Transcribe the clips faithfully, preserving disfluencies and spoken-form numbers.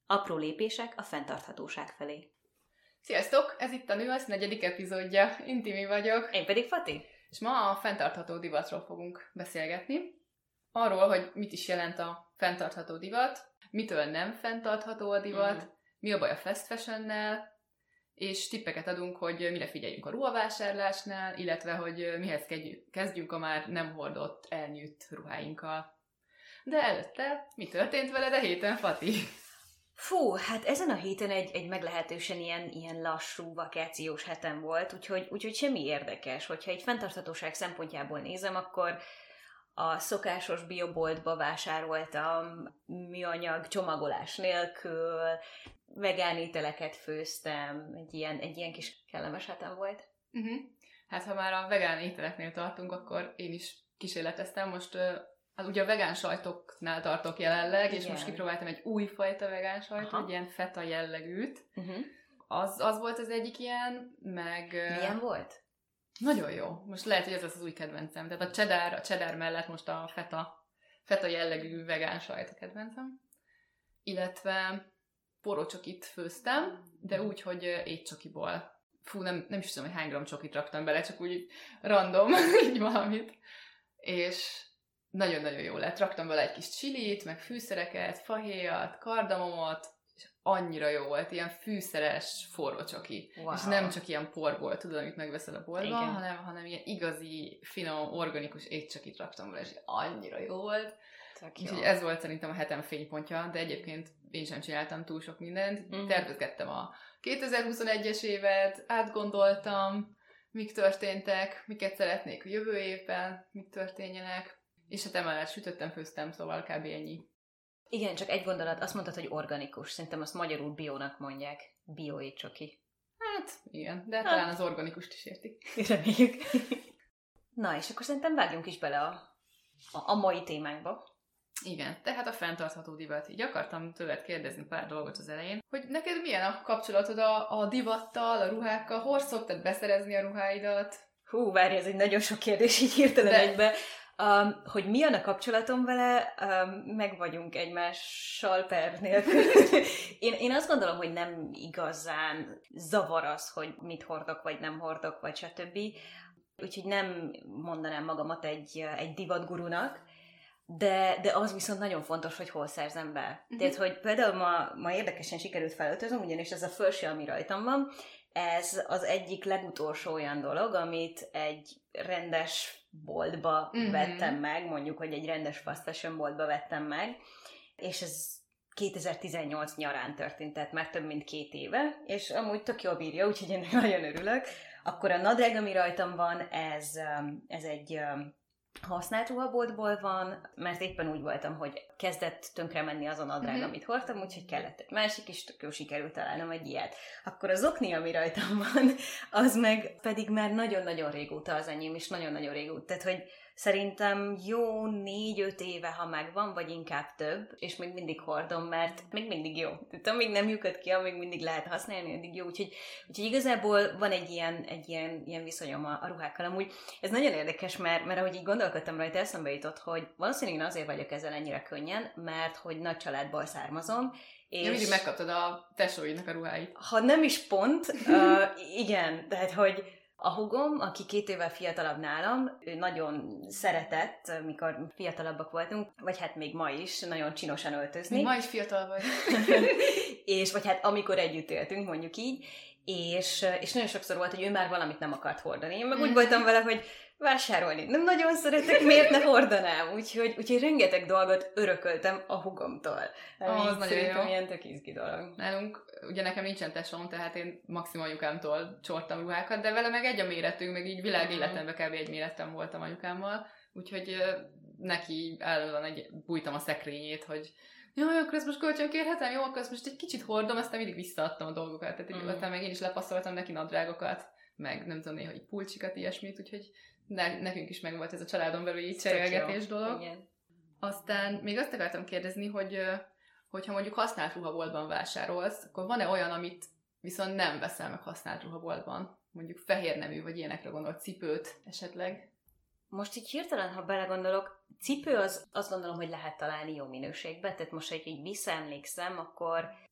Apró lépések a fenntarthatóság felé. Sziasztok! Ez itt a Nőasz negyedik epizódja. Intimi vagyok. Én pedig Fati. És ma a fenntartható divatról fogunk beszélgetni. Arról, hogy mit is jelent a fenntartható divat, mitől nem fenntartható a divat, mm. mi a baj a fast fashionnel, és tippeket adunk, hogy mire figyeljünk a ruhavásárlásnál, illetve hogy mihez kezdjünk a már nem hordott, elnyűjt ruháinkkal. De előtte, mi történt veled a héten, Fati? Fú, hát ezen a héten egy, egy meglehetősen ilyen, ilyen lassú vakációs hetem volt, úgyhogy, úgyhogy semmi érdekes. Hogyha egy fenntarthatóság szempontjából nézem, akkor a szokásos bioboltba vásároltam műanyag csomagolás nélkül, vegán ételeket főztem, egy ilyen, egy ilyen kis kellemes hetem volt. Uh-huh. Hát ha már a vegán ételeknél tartunk, akkor én is kísérleteztem. Most uh, ugye a vegán sajtoknál tartok jelenleg, igen. És most kipróbáltam egy újfajta vegán sajtot, egy ilyen feta jellegűt. Uh-huh. Az, az volt az egyik ilyen, meg... Milyen volt? Nagyon jó. Most lehet, hogy ez az, az új kedvencem. Tehát a cheddar, a cheddar mellett most a feta, feta jellegű vegán sajt a kedvencem. Illetve porrócsokit főztem, de úgy, hogy étcsokiból. Fú, nem, nem is tudom, hogy hány gram csokit raktam bele, csak úgy random, így valamit. És nagyon-nagyon jó lett. Raktam bele egy kis csilit, meg fűszereket, fahéjat, kardamomot, és annyira jó volt, ilyen fűszeres forró csoki. Wow. És nem csak ilyen porból, tudod, amit megveszel a boltban, hanem, hanem ilyen igazi, finom, organikus étcsokit raktam bele, és annyira jó volt. Úgyhogy ez volt szerintem a hetem fénypontja, de egyébként én sem csináltam túl sok mindent. Mm. Tervezgettem a kétezer-huszonegyes évet, átgondoltam, mik történtek, miket szeretnék a jövő évben, mik történjenek, és hát emellett sütöttem, főztem, szóval kb. Ennyi. Igen, csak egy gondolat, azt mondtad, hogy organikus. Szerintem azt magyarul biónak mondják. Bio étcsoki. Hát, igen, de hát. Talán az organikust is értik. Reméljük. Na, és akkor szerintem vágjunk is bele a, a, a mai témánkba. Igen, tehát a fenntartható divat. Így akartam tőled kérdezni pár dolgot az elején, hogy neked milyen a kapcsolatod a, a divattal, a ruhákkal, hol szoktad beszerezni a ruháidat? Hú, várj, ez egy nagyon sok kérdés így hirtelen De... egybe. Um, hogy milyen a kapcsolatom vele, um, meg vagyunk egymással per nélkül. én, én azt gondolom, hogy nem igazán zavar az, hogy mit hordok, vagy nem hordok, vagy stb. Úgyhogy nem mondanám magamat egy, egy divatgurunak, de, de az viszont nagyon fontos, hogy hol szerzem be. Uh-huh. Tehát, hogy például ma, ma érdekesen sikerült felöltözöm, ugyanis ez a fölső, ami rajtam van, ez az egyik legutolsó olyan dolog, amit egy rendes boltba uh-huh. vettem meg, mondjuk, hogy egy rendes fast fashion boltba vettem meg, és ez kétezer-tizennyolc nyarán történt, tehát már több mint két éve, és amúgy tök jól bírja, úgyhogy ennek nagyon örülök. Akkor a nadrág, ami rajtam van, ez, ez egy használt ruhaboltból van, mert éppen úgy voltam, hogy kezdett tönkre menni az a nadrág, mm-hmm. amit hordtam, úgyhogy kellett egy másik, és tök jó sikerült találnom egy ilyet. Akkor az okni, ami rajtam van, az meg pedig már nagyon-nagyon régóta az enyém, és nagyon-nagyon régóta. Tehát, hogy szerintem jó négy-öt éve, ha megvan, vagy inkább több, és még mindig hordom, mert még mindig jó. Tehát amíg nem lyukad ki, amíg mindig lehet használni, addig jó. Úgyhogy, úgyhogy igazából van egy ilyen, egy ilyen, ilyen viszonyom a, a ruhákkal. Amúgy ez nagyon érdekes, mert, mert ahogy így gondolkodtam rajta, eszembe jutott, hogy valószínűleg azért vagyok ezzel ennyire könnyen, mert hogy nagy családból származom, és... Ja, mindig megkaptad a tesóidnak a ruháit. Ha nem is pont, uh, igen, tehát hogy a húgom, aki két évvel fiatalabb nálam, ő nagyon szeretett, mikor fiatalabbak voltunk, vagy hát még ma is, nagyon csinosan öltözni. Még ma is fiatal vagy. És vagy hát amikor együtt éltünk, mondjuk így, és, és nagyon sokszor volt, hogy ő már valamit nem akart hordani. Én meg úgy voltam vele, hogy vásárolni nem nagyon szeretek, miért ne hordanám? Úgyhogy, úgyhogy rengeteg dolgot örököltem a húgomtól. Oh, az nagyon jó. Ilyen tök izgi dolog. Nálunk, ugye nekem nincsen tesóm, tehát én maximum anyukámtól csortam ruhákat, de vele meg egy a méretünk, meg így világ életemben kb. Egy méretem voltam anyukámmal, úgyhogy neki állandóan egy bújtam a szekrényét, hogy jaj, akkor ezt most kölcsön kérhetem? Jó, akkor ezt most egy kicsit hordom, aztán mindig visszaadtam a dolgokat. Tehát így mm. meg én is lepasszoltam neki nadrágokat, meg nem tudom, néha egy pulcsikat, ilyesmit, úgyhogy ne, nekünk is megvolt ez a családon belül így cserélgetés dolog. Igen. Aztán még azt akartam kérdezni, hogy hogyha mondjuk használt ruhaboltban vásárolsz, akkor van-e olyan, amit viszont nem veszel meg használt ruhaboltban? Mondjuk fehér nemű, vagy ilyenekre gondolt, cipőt esetleg? Most így hirtelen, ha belegondolok, cipő az azt gondolom, hogy lehet találni jó minőségben, tehát most, hogy így visszaemlékszem, akkor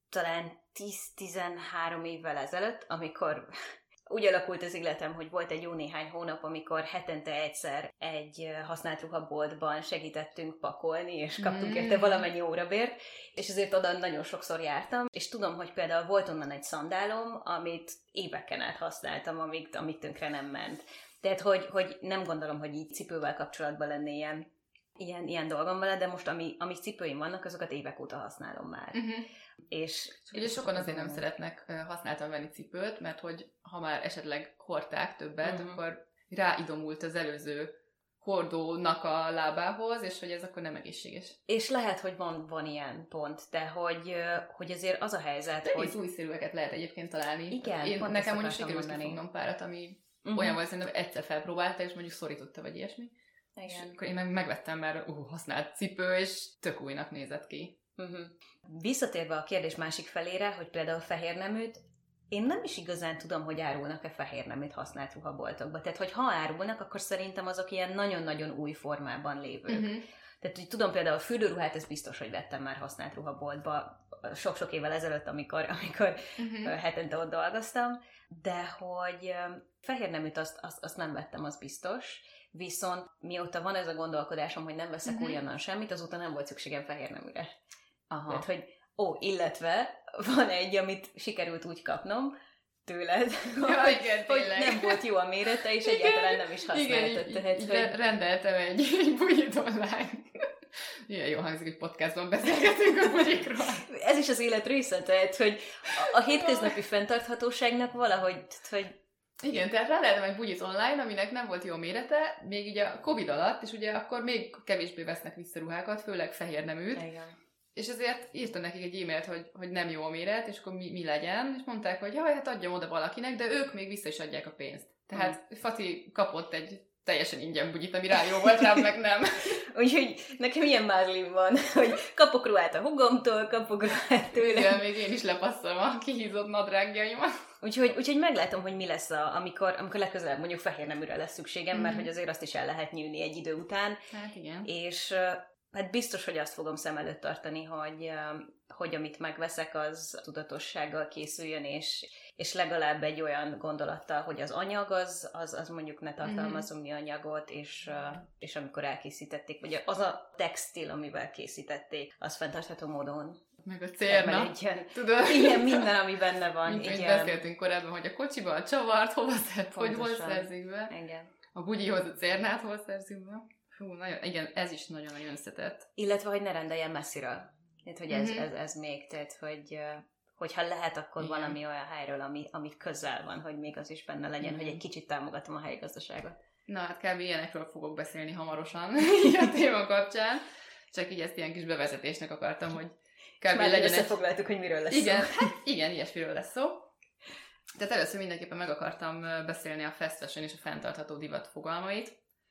talán tíz-tizenhárom évvel ezelőtt, amikor úgy alakult az életem, hogy volt egy jó néhány hónap, amikor hetente egyszer egy használt ruhaboltban segítettünk pakolni, és kaptunk mm. érte valamennyi órabért, és ezért oda nagyon sokszor jártam, és tudom, hogy például volt onnan egy szandálom, amit éveken át használtam, amíg, amíg tönkre nem ment. Tehát, hogy, hogy nem gondolom, hogy így cipővel kapcsolatban lenne ilyen, ilyen, ilyen dolgom vele, de most ami, ami cipőim vannak, azokat évek óta használom már. Uh-huh. És, Ugye és sokan azért nem szeretnek használtan venni cipőt, mert hogy ha már esetleg hordták többet, uh-huh. akkor ráidomult az előző hordónak a lábához, és hogy ez akkor nem egészséges. És lehet, hogy van, van ilyen pont, de hogy, hogy azért az a helyzet, de hogy... újszerűeket lehet egyébként találni. Igen, Én, nekem mondjuk sikerült kifognom párat, ami uh-huh. olyan volt, szerintem egyszer felpróbálta, és mondjuk szorította, vagy ilyesmi. Igen. És akkor én meg megvettem már uh, használt cipő, és tök újnak nézett ki. Uh-huh. Visszatérve a kérdés másik felére, hogy például fehérneműt, én nem is igazán tudom, hogy árulnak-e fehérneműt használt ruhaboltokba. Tehát, hogy ha árulnak, akkor szerintem azok ilyen nagyon-nagyon új formában lévők. Uh-huh. Tehát, hogy tudom például a fürdőruhát, ez biztos, hogy vettem már használt ruhaboltba sok-sok évvel ezelőtt, amikor, amikor uh-huh. hetente ott dolgoztam, de hogy fehérneműt azt, azt, azt nem vettem, az biztos. Viszont mióta van ez a gondolkodásom, hogy nem veszek uh-huh. újonnan semmit, azóta nem volt szükségem fehérneműre. Aha. Tehát, hogy ó, illetve van egy, amit sikerült úgy kapnom tőled, ja, hogy, igen, hogy nem volt jó a mérete, és igen, egyáltalán nem is használtad. Igen, tehát, így, hogy... rendeltem egy, egy bugyit online. Ilyen jó hangzik, hogy podcastban beszélgetünk a bugyikról. Ez is az élet része, tehát, hogy a, a hétköznapi fenntarthatóságnak valahogy, hogy igen, tehát rendeltem egy bugyit online, aminek nem volt jó mérete, még így a Covid alatt, és ugye akkor még kevésbé vesznek vissza ruhákat, főleg fehérneműt. Igen. És ezért írtam nekik egy e-mailt, hogy, hogy nem jó a méret, és akkor mi, mi legyen, és mondták, hogy jaj, hát adjam oda valakinek, de ők még vissza is adják a pénzt. Tehát hmm. Fati kapott egy teljesen ingyen bugyit, ami rá jó volt, rám meg nem. Úgyhogy nekem ilyen mázlim van, hogy kapok ruhát a hugomtól, kapok ruhát tőle. Igen, még én is lepasszolom a kihízott nadrágjaimat. Úgyhogy, úgyhogy meglátom, hogy mi lesz, a, amikor, amikor legközelebb mondjuk fehérneműre lesz szükségem, mm-hmm. mert hogy azért azt is el lehet nyűlni egy idő után. Hát igen. És hát biztos, hogy azt fogom szem előtt tartani, hogy, hogy amit megveszek, az tudatossággal készüljön, és, és legalább egy olyan gondolattal, hogy az anyag az, az, az mondjuk ne tartalmazzon mi anyagot, és, és amikor elkészítették, vagy az a textil, amivel készítették, az fenntartható módon meg a cérna, tudod? Igen, minden, ami benne van. Mint így beszéltünk korábban, hogy a kocsiban a csavart hova szed, hogy hol szerzik be. Igen. A bugyihoz a cérnát hol szerzik be. Hú, nagyon, igen, ez is nagyon-nagyon összetett. Illetve, hogy ne rendeljen messziről. Tehát, hogy ez, mm-hmm. ez, ez még, tehát, hogy hogyha lehet, akkor igen. valami olyan helyről, ami, ami közel van, hogy még az is benne legyen, mm-hmm. hogy egy kicsit támogatom a helyi gazdaságot. Na, hát kb. Ilyenekről fogok beszélni hamarosan a téma kapcsán. Csak így ezt ilyen kis bevezetésnek akartam, hogy és már legyen összefoglaltuk, egy... hogy miről lesz igen, szó. Hát igen, ilyesmiről lesz szó. Tehát először mindenképpen meg akartam beszélni a fast fashion és a fenntartható divat fogalmait.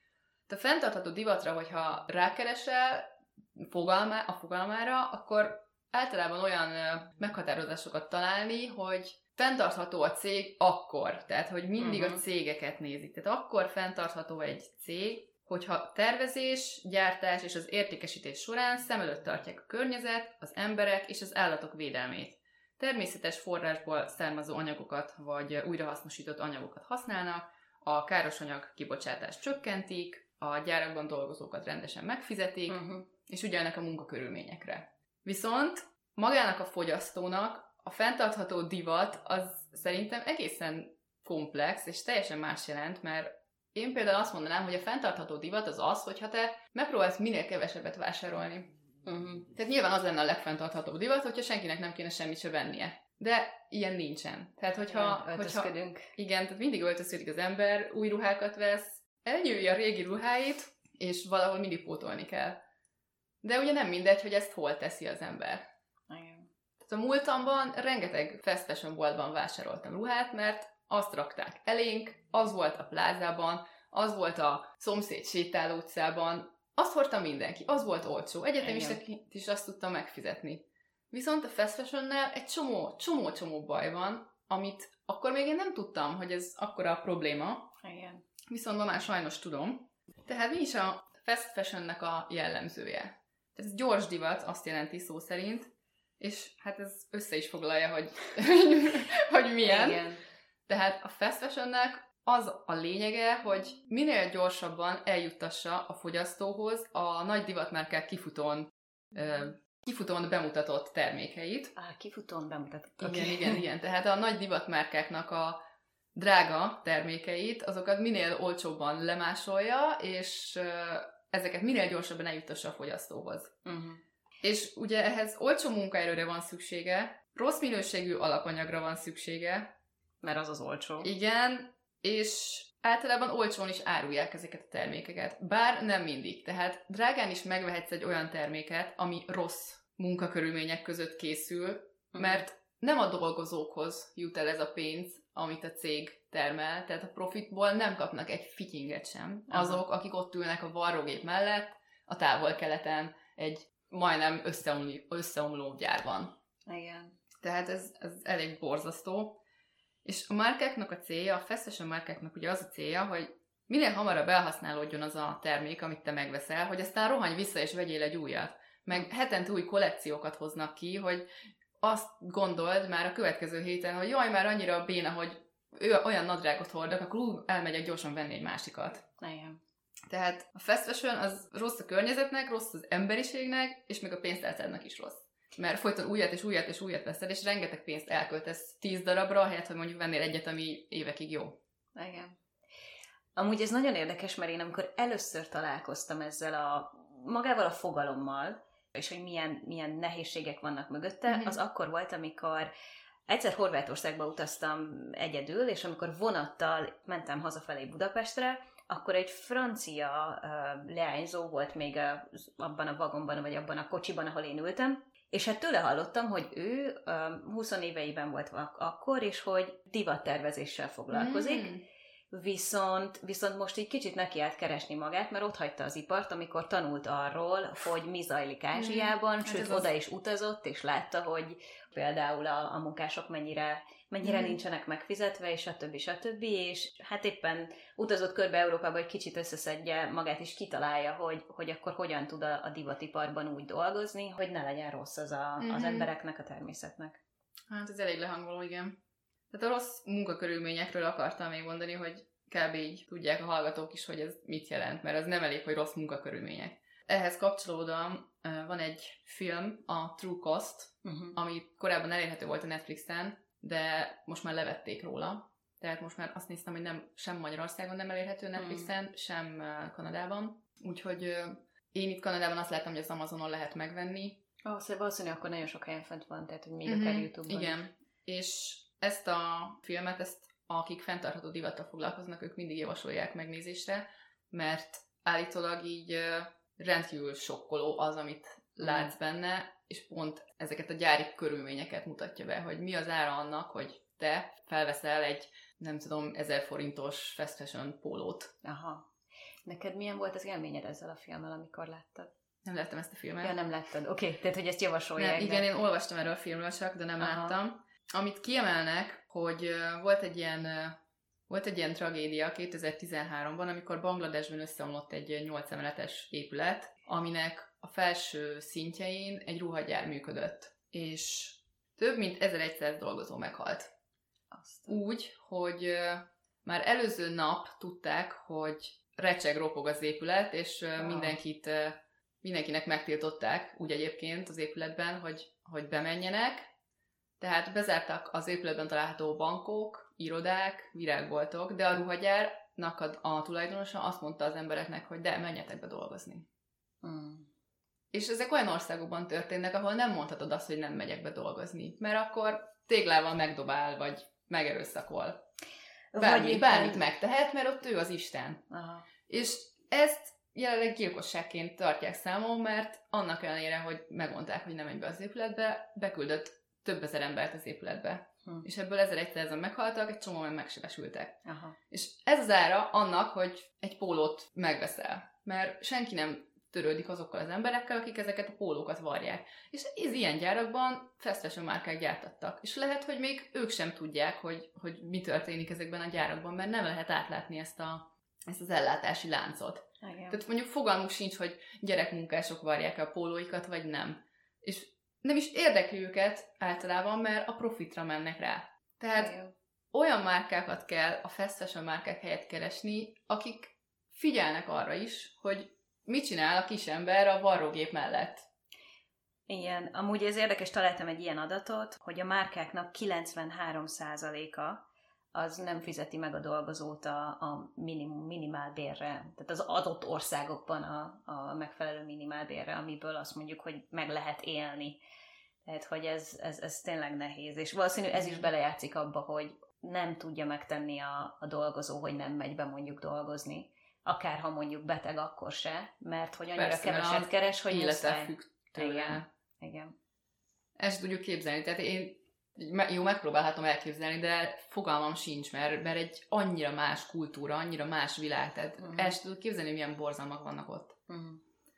A fenntartható divatra, hogyha rákeresel fogalmá, a fogalmára, akkor általában olyan meghatározásokat találni, hogy fenntartható a cég akkor. Tehát, hogy mindig uh-huh. a cégeket nézik. Tehát akkor fenntartható egy cég, hogyha tervezés, gyártás és az értékesítés során szem előtt tartják a környezet, az emberek és az állatok védelmét. Természetes forrásból származó anyagokat vagy újrahasznosított anyagokat használnak, a káros anyag kibocsátást csökkentik, a gyárakban dolgozókat rendesen megfizetik, uh-huh. és ügyelnek a munkakörülményekre. Viszont magának a fogyasztónak a fenntartható divat az szerintem egészen komplex, és teljesen más jelent, mert én például azt mondanám, hogy a fenntartható divat az az, hogyha te megpróbálsz minél kevesebbet vásárolni. Uh-huh. Tehát nyilván az lenne a legfenntarthatóbb divat, hogyha senkinek nem kéne semmit se vennie. De ilyen nincsen. Tehát hogyha... Igen, öltözködünk. Hogyha, igen, tehát mindig öltözködik az ember, új ruhákat vesz, elnyűli a régi ruháit, és valahol mindig pótolni kell. De ugye nem mindegy, hogy ezt hol teszi az ember. Igen. Tehát a múltamban rengeteg fast fashion boltban vásároltam ruhát, mert azt rakták elénk, az volt a plázában, az volt a szomszéd sétáló utcában, azt hordta mindenki, az volt olcsó, egyetemistaként is azt tudtam megfizetni. Viszont a fast fashionnel egy csomó, csomó, csomó baj van, amit akkor még én nem tudtam, hogy ez akkora a probléma. Igen. Viszont ma már sajnos tudom. Tehát mi is a fast fashionnek a jellemzője? Tehát ez gyors divat, azt jelenti szó szerint, és hát ez össze is foglalja, hogy, hogy milyen. Igen. Tehát a fast fashionnek az a lényege, hogy minél gyorsabban eljuttassa a fogyasztóhoz a nagy divatmárkák kifutón, uh, kifutón bemutatott termékeit. Á, kifutón bemutatott. Igen, okay. igen, igen. Tehát a nagy divatmárkáknak a drága termékeit, azokat minél olcsóbban lemásolja, és uh, ezeket minél gyorsabban eljuttassa a fogyasztóhoz. Uh-huh. És ugye ehhez olcsó munkaerőre van szüksége, rossz minőségű alapanyagra van szüksége. Mert az az olcsó. Igen, és általában olcsón is árulják ezeket a termékeket. Bár nem mindig. Tehát drágán is megvehetsz egy olyan terméket, ami rossz munkakörülmények között készül, mert nem a dolgozókhoz jut el ez a pénz, amit a cég termel, tehát a profitból nem kapnak egy fityinget sem. Azok, akik ott ülnek a varrógép mellett, a távol-keleten, egy majdnem összeomló, összeomló gyárban. Igen. Tehát ez, ez elég borzasztó. És a márkáknak a célja, a fast fashion márkáknak ugye az a célja, hogy minél hamarabb elhasználódjon az a termék, amit te megveszel, hogy aztán rohanj vissza és vegyél egy újat. Meg hetente új kollekciókat hoznak ki, hogy azt gondold már a következő héten, hogy jaj, már annyira béna, hogy ő olyan nadrágot hordok, akkor úgy elmegyek gyorsan venni egy másikat. Igen. Tehát a fast fashion az rossz a környezetnek, rossz az emberiségnek, és még a pénztárcádnak is rossz. Mert folyton újat és újat és újat veszed, és rengeteg pénzt elköltesz tíz darabra, ahelyett, hogy mondjuk vennél egyet, ami évekig jó. Igen. Amúgy ez nagyon érdekes, mert én amikor először találkoztam ezzel a magával a fogalommal, és hogy milyen, milyen nehézségek vannak mögötte, mm-hmm. az akkor volt, amikor egyszer Horvátországba utaztam egyedül, és amikor vonattal mentem hazafelé Budapestre, akkor egy francia uh, leányzó volt még a, abban a vagonban, vagy abban a kocsiban, ahol én ültem, és hát tőle hallottam, hogy ő uh, húsz éveiben volt akkor, és hogy divattervezéssel foglalkozik, mm. viszont, viszont most így kicsit neki állt keresni magát, mert ott hagyta az ipart, amikor tanult arról, hogy mi zajlik Ázsiában, mm. sőt, hát oda az... is utazott, és látta, hogy például a, a munkások mennyire, mennyire mm. nincsenek megfizetve, és a többi, a többi, és hát éppen utazott körbe Európába, hogy kicsit összeszedje magát, és kitalálja, hogy, hogy akkor hogyan tud a, a divatiparban úgy dolgozni, hogy ne legyen rossz az a, mm-hmm. az embereknek, a természetnek. Hát ez elég lehangoló, igen. Tehát a rossz munkakörülményekről akartam még mondani, hogy kb. Így tudják a hallgatók is, hogy ez mit jelent, mert az nem elég, hogy rossz munkakörülmények. Ehhez kapcsolódóan van egy film, a True Cost, uh-huh. ami korábban elérhető volt a Netflixen, de most már levették róla. Tehát most már azt néztem, hogy nem, sem Magyarországon nem elérhető Netflixen, uh-huh. sem Kanadában. Úgyhogy én itt Kanadában azt láttam, hogy az Amazonon lehet megvenni. Oh, szóval valószínűleg akkor nagyon sok helyen fent van, tehát hogy még uh-huh. akár YouTube-ban. Igen, és ezt a filmet, ezt akik fenntartható divattal foglalkoznak, ők mindig javasolják megnézésre, mert állítólag így rendkívül sokkoló az, amit látsz mm. benne, és pont ezeket a gyári körülményeket mutatja be, hogy mi az ára annak, hogy te felveszel egy, nem tudom, ezer forintos fast fashion pólót. Aha. Neked milyen volt az élményed ezzel a filmmel, amikor láttad? Nem láttam ezt a filmet. Ja, nem láttad. Oké, okay. Tehát, hogy ezt javasolják. Nem, igen, de... én olvastam erről a filmről csak, de nem Aha. láttam. Amit kiemelnek, hogy volt egy ilyen, volt egy ilyen tragédia kétezer-tizenháromban, amikor Bangladesben összeomlott egy nyolc emeletes épület, aminek a felső szintjein egy ruhagyár működött. És több mint ezerszáz dolgozó meghalt. Azt. Úgy, hogy már előző nap tudták, hogy recseg, ropog az épület, és wow. mindenkit, mindenkinek megtiltották úgy egyébként az épületben, hogy, hogy bemenjenek. Tehát bezártak az épületben található bankok, irodák, virágboltok, de a ruhagyárnak a, a tulajdonosa azt mondta az embereknek, hogy de, menjetek be dolgozni. Mm. És ezek olyan országokban történnek, ahol nem mondhatod azt, hogy nem megyek be dolgozni, mert akkor téglával megdobál, vagy megerőszakol. Bármi, éppen... Bármit megtehet, mert ott ő az Isten. Aha. És ezt jelenleg gyilkosságként tartják számon, mert annak ellenére, hogy megmondták, hogy nem megy be az épületbe, beküldött több ezer embert az épületbe. Hm. És ebből ezerszázan meghaltak, egy csomó meg megsebesültek. Aha. És ez az ára annak, hogy egy pólót megveszel. Mert senki nem törődik azokkal az emberekkel, akik ezeket a pólókat varják. És ez ilyen gyárakban fast fashion márkák gyártattak. És lehet, hogy még ők sem tudják, hogy, hogy mi történik ezekben a gyárakban, mert nem lehet átlátni ezt, a, ezt az ellátási láncot. Igen. Tehát mondjuk fogalmuk sincs, hogy gyerekmunkások varják a pólóikat, vagy nem. És nem is érdekli őket általában, mert a profitra mennek rá. Tehát Igen. olyan márkákat kell a fast fashion márkák helyett keresni, akik figyelnek arra is, hogy mit csinál a kisember a varrógép mellett. Igen, amúgy ez érdekes, találtam egy ilyen adatot, hogy a márkáknak kilencvenhárom százaléka az nem fizeti meg a dolgozót a, a minimum, minimálbérre, tehát az adott országokban a, a megfelelő minimálbérre, amiből azt mondjuk, hogy meg lehet élni. Tehát, hogy ez, ez, ez tényleg nehéz. És valószínű ez is belejátszik abba, hogy nem tudja megtenni a, a dolgozó, hogy nem megy be mondjuk dolgozni. Akárha mondjuk beteg, akkor se, mert hogy annyira Persze, keveset keres, hogy élete muszáj. függ tőle. Igen. Igen. Ezt tudjuk képzelni. Tehát én jó, megpróbálhatom elképzelni, de fogalmam sincs, mert, mert egy annyira más kultúra, annyira más világ, tehát uh-huh. el sem tudok képzelni, milyen borzalmak vannak ott. Uh-huh.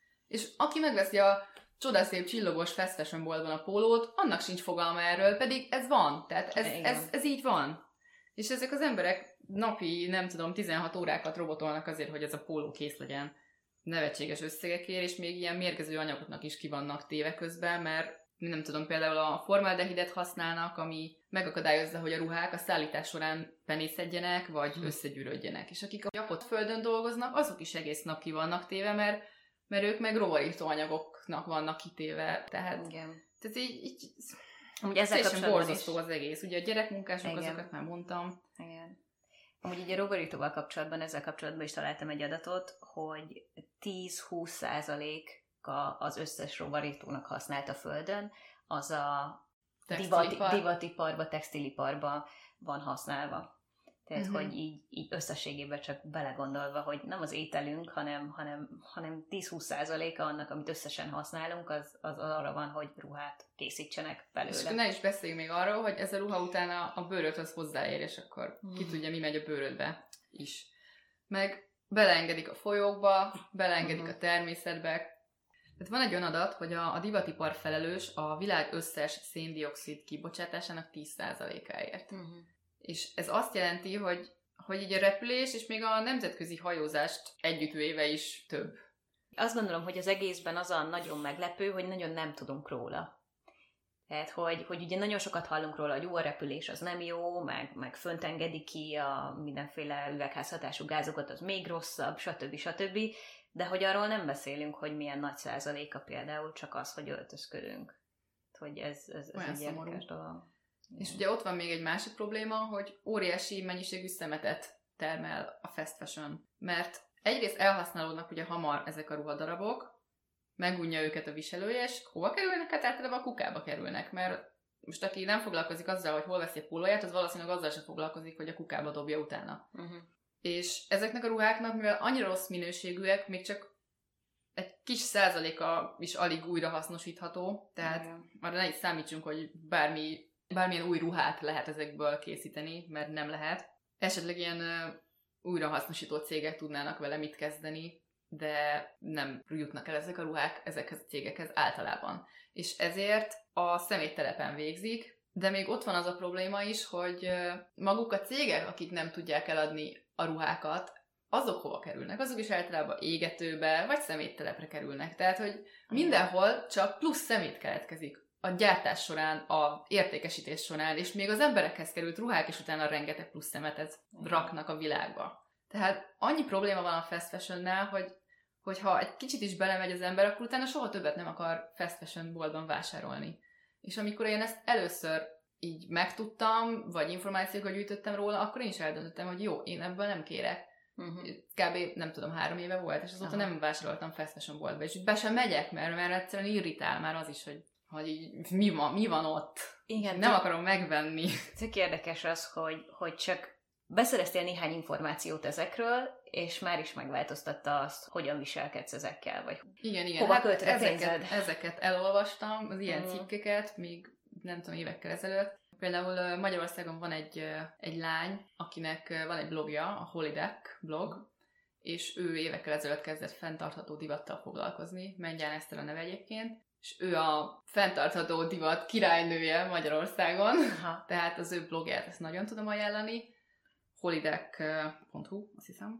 És aki megveszi a csodaszép csillogos fast fashion boltban a pólót, annak sincs fogalma erről, pedig ez van, tehát ez, ez, ez így van. És ezek az emberek napi, nem tudom, tizenhat órákat robotolnak azért, hogy ez a póló kész legyen nevetséges összegekért, és még ilyen mérgező anyagoknak is ki vannak téve közben, mert nem tudom, például a formaldehidet használnak, ami megakadályozza, hogy a ruhák a szállítás során penészedjenek, vagy hmm. összegyűrődjenek. És akik a gyapott földön dolgoznak, azok is egész nap ki vannak téve, mert, mert ők meg rovarító anyagoknak vannak kitéve. Tehát, igen. tehát így, így amúgy ezzel kapcsolatban borzasztó az egész. Ugye a gyerekmunkások, igen. azokat már mondtam. Igen. Amúgy így a rovarítóval kapcsolatban, ezzel kapcsolatban is találtam egy adatot, hogy tíz-húsz százalék az összes rovarítónak használt a földön, az a divat, divatiparba, textiliparba van használva. Tehát, uh-huh. hogy így, így összességében csak belegondolva, hogy nem az ételünk, hanem, hanem, hanem tíz-húsz százaléka annak, amit összesen használunk, az, az arra van, hogy ruhát készítsenek belőle. És ne is beszéljünk még arról, hogy ez a ruha után a, a bőrödhöz hozzáér, és akkor uh-huh. ki tudja, mi megy a bőrödbe is. Meg beleengedik a folyókba, beleengedik uh-huh. a természetbe. Tehát van egy olyan adat, hogy a, a divatipar felelős a világ összes széndioxid kibocsátásának tíz százalékáért. Uh-huh. És ez azt jelenti, hogy, hogy így a repülés és még a nemzetközi hajózást együttvéve is több. Azt gondolom, hogy az egészben az a nagyon meglepő, hogy nagyon nem tudunk róla. Tehát, hogy, hogy ugye nagyon sokat hallunk róla, hogy jó, a repülés az nem jó, meg, meg fönt engedi ki a mindenféle üvegházhatású gázokat, az még rosszabb, stb. stb. De hogy arról nem beszélünk, hogy milyen nagy százaléka például csak az, hogy öltözködünk. Hogy ez, ez, ez egy érdekes dolog. És ugye ott van még egy másik probléma, hogy óriási mennyiségű szemetet termel a fast fashion. Mert egyrészt elhasználódnak ugye hamar ezek a ruhadarabok, megunja őket a viselője, és hova kerülnek? Hát általában a kukába kerülnek, mert most aki nem foglalkozik azzal, hogy hol veszi a pólóját, az valószínűleg azzal sem foglalkozik, hogy a kukába dobja utána. Uh-huh. És ezeknek a ruháknak, mivel annyira rossz minőségűek, még csak egy kis százaléka is alig újra hasznosítható, tehát uh-huh. arra ne is számítsunk, hogy bármi Bármilyen új ruhát lehet ezekből készíteni, mert nem lehet. Esetleg ilyen uh, újrahasznosító cégek tudnának vele mit kezdeni, de nem jutnak el ezek a ruhák ezekhez a cégekhez általában. És ezért a szeméttelepen végzik, de még ott van az a probléma is, hogy uh, maguk a cégek, akik nem tudják eladni a ruhákat, azok hova kerülnek? Azok is általában égetőbe, vagy szeméttelepre kerülnek. Tehát, hogy mindenhol csak plusz szemét keletkezik. A gyártás során, a értékesítés során, és még az emberekhez került ruhák is utána rengeteg plusz szemetet raknak a világba. Tehát annyi probléma van a fast fashionnál, hogy, hogy ha egy kicsit is belemegy az ember, akkor utána soha többet nem akar fast fashion boltban vásárolni. És amikor én ezt először így megtudtam, vagy információkat gyűjtöttem róla, akkor én is eldöntöttem, hogy jó, én ebből nem kérek. Uh-huh. Kb. Nem tudom, három éve volt, és azóta uh-huh. nem vásároltam fast fashion boltba, és be sem megyek, mert, mert egyszerűen irritál már az is, hogy hogy így, mi van, mi van ott. Igen, nem tök, akarom megvenni. Tök érdekes az, hogy, hogy csak beszereztél néhány információt ezekről, és már is megváltoztatta azt, hogyan viselkedsz ezekkel, vagy igen, igen. hova hát költöd a ezeket, pénzed. Ezeket elolvastam, az ilyen mm. cikkeket, még nem tudom, évekkel ezelőtt. Például Magyarországon van egy, egy lány, akinek van egy blogja, a Holideck blog, és ő évekkel ezelőtt kezdett fenntartható divattal foglalkozni, Mengyán Eszter a neve egyébként, és ő a fenntartható divat királynője Magyarországon, aha. Tehát az ő blogját ezt nagyon tudom ajánlani, holideck pont hu, azt hiszem.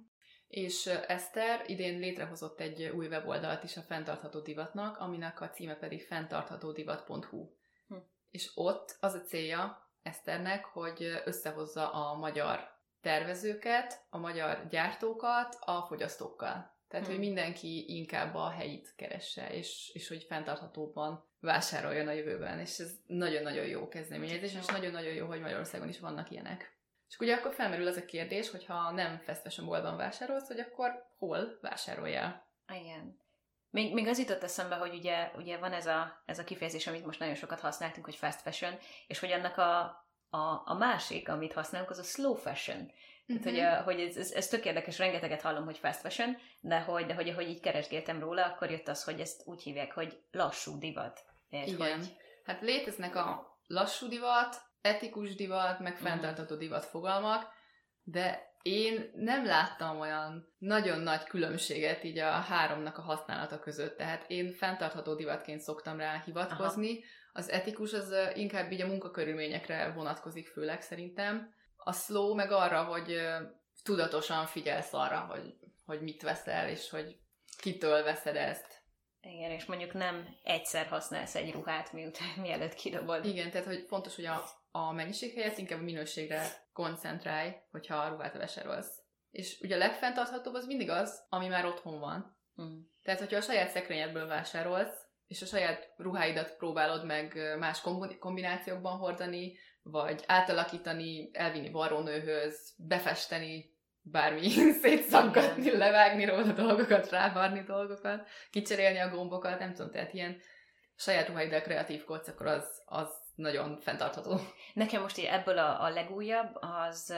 És Eszter idén létrehozott egy új weboldalt is a fenntartható divatnak, aminek a címe pedig fenntarthatódivat pont hu. Hm. És ott az a célja Eszternek, hogy összehozza a magyar tervezőket, a magyar gyártókat a fogyasztókkal. Tehát, hmm. hogy mindenki inkább a helyit keresse, és, és hogy fenntarthatóban vásároljon a jövőben. És ez nagyon-nagyon jó kezdeményezés, és nagyon-nagyon jó, hogy Magyarországon is vannak ilyenek. És ugye akkor felmerül az a kérdés, hogy ha nem fast fashion boltban vásárolsz, hogy akkor hol vásároljál? Igen. Még, még az jutott eszembe, hogy ugye, ugye van ez a, ez a kifejezés, amit most nagyon sokat használtunk, hogy fast fashion, és hogy annak a, a, a másik, amit használunk, az a slow fashion. Uh-huh. Tehát, hogy, hogy ez, ez, ez tök érdekes, rengeteget hallom, hogy fast fashion, de hogy, de hogy ahogy így keresgéltem róla, akkor jött az, hogy ezt úgy hívják, hogy lassú divat. Tehát, igen. Hogy... Hát léteznek a lassú divat, etikus divat, meg fenntartható divat fogalmak, de én nem láttam olyan nagyon nagy különbséget így a háromnak a használata között. Tehát én fenntartható divatként szoktam rá hivatkozni. Aha. Az etikus az inkább így a munkakörülményekre vonatkozik főleg szerintem. A slow meg arra, hogy tudatosan figyelsz arra, hogy, hogy mit veszel, és hogy kitől veszed ezt. Igen, és mondjuk nem egyszer használsz egy ruhát, miután, mielőtt kidobod. Igen, tehát hogy fontos, hogy a, a mennyiség helyett inkább a minőségre koncentrálj, hogyha a ruhát vásárolsz. És ugye a legfenntarthatóbb az mindig az, ami már otthon van. Mm. Tehát, hogyha a saját szekrényedből vásárolsz, és a saját ruháidat próbálod meg más kombinációkban hordani, vagy átalakítani, elvinni varrónőhöz, befesteni, bármi szétszaggatni, levágni róla dolgokat, rávarni dolgokat, kicserélni a gombokat, nem tudom, tehát ilyen saját ruháiddal kreatívkodsz, akkor az, az nagyon fenntartható. Nekem most így ebből a, a legújabb, az,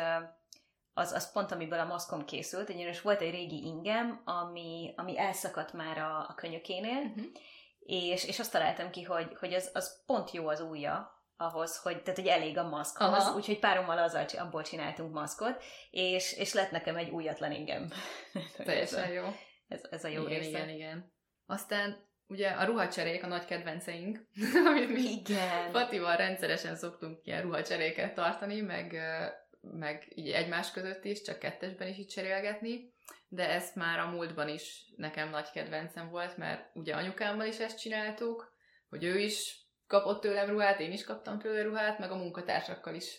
az, az pont, amiből a maszkom készült, ugyanis volt egy régi ingem, ami, ami elszakadt már a, a könyökénél, uh-huh. és, és azt találtam ki, hogy, hogy az, az pont jó az ujja, ahhoz, hogy, tehát, hogy elég a maszkhoz, úgyhogy párommal azzal, abból csináltunk maszkot, és, és lett nekem egy újatlan ingem. Teljesen jó. Ez, ez a jó igen, része. Igen, igen. Aztán ugye a ruhacserék a nagy kedvenceink, amit mi igen. Fatival rendszeresen szoktunk ilyen ruhacseréket tartani, meg, meg így egymás között is, csak kettesben is így cserélgetni, de ez már a múltban is nekem nagy kedvencem volt, mert ugye anyukámmal is ezt csináltuk, hogy ő is kapott tőlem ruhát, én is kaptam tőle ruhát, meg a munkatársakkal is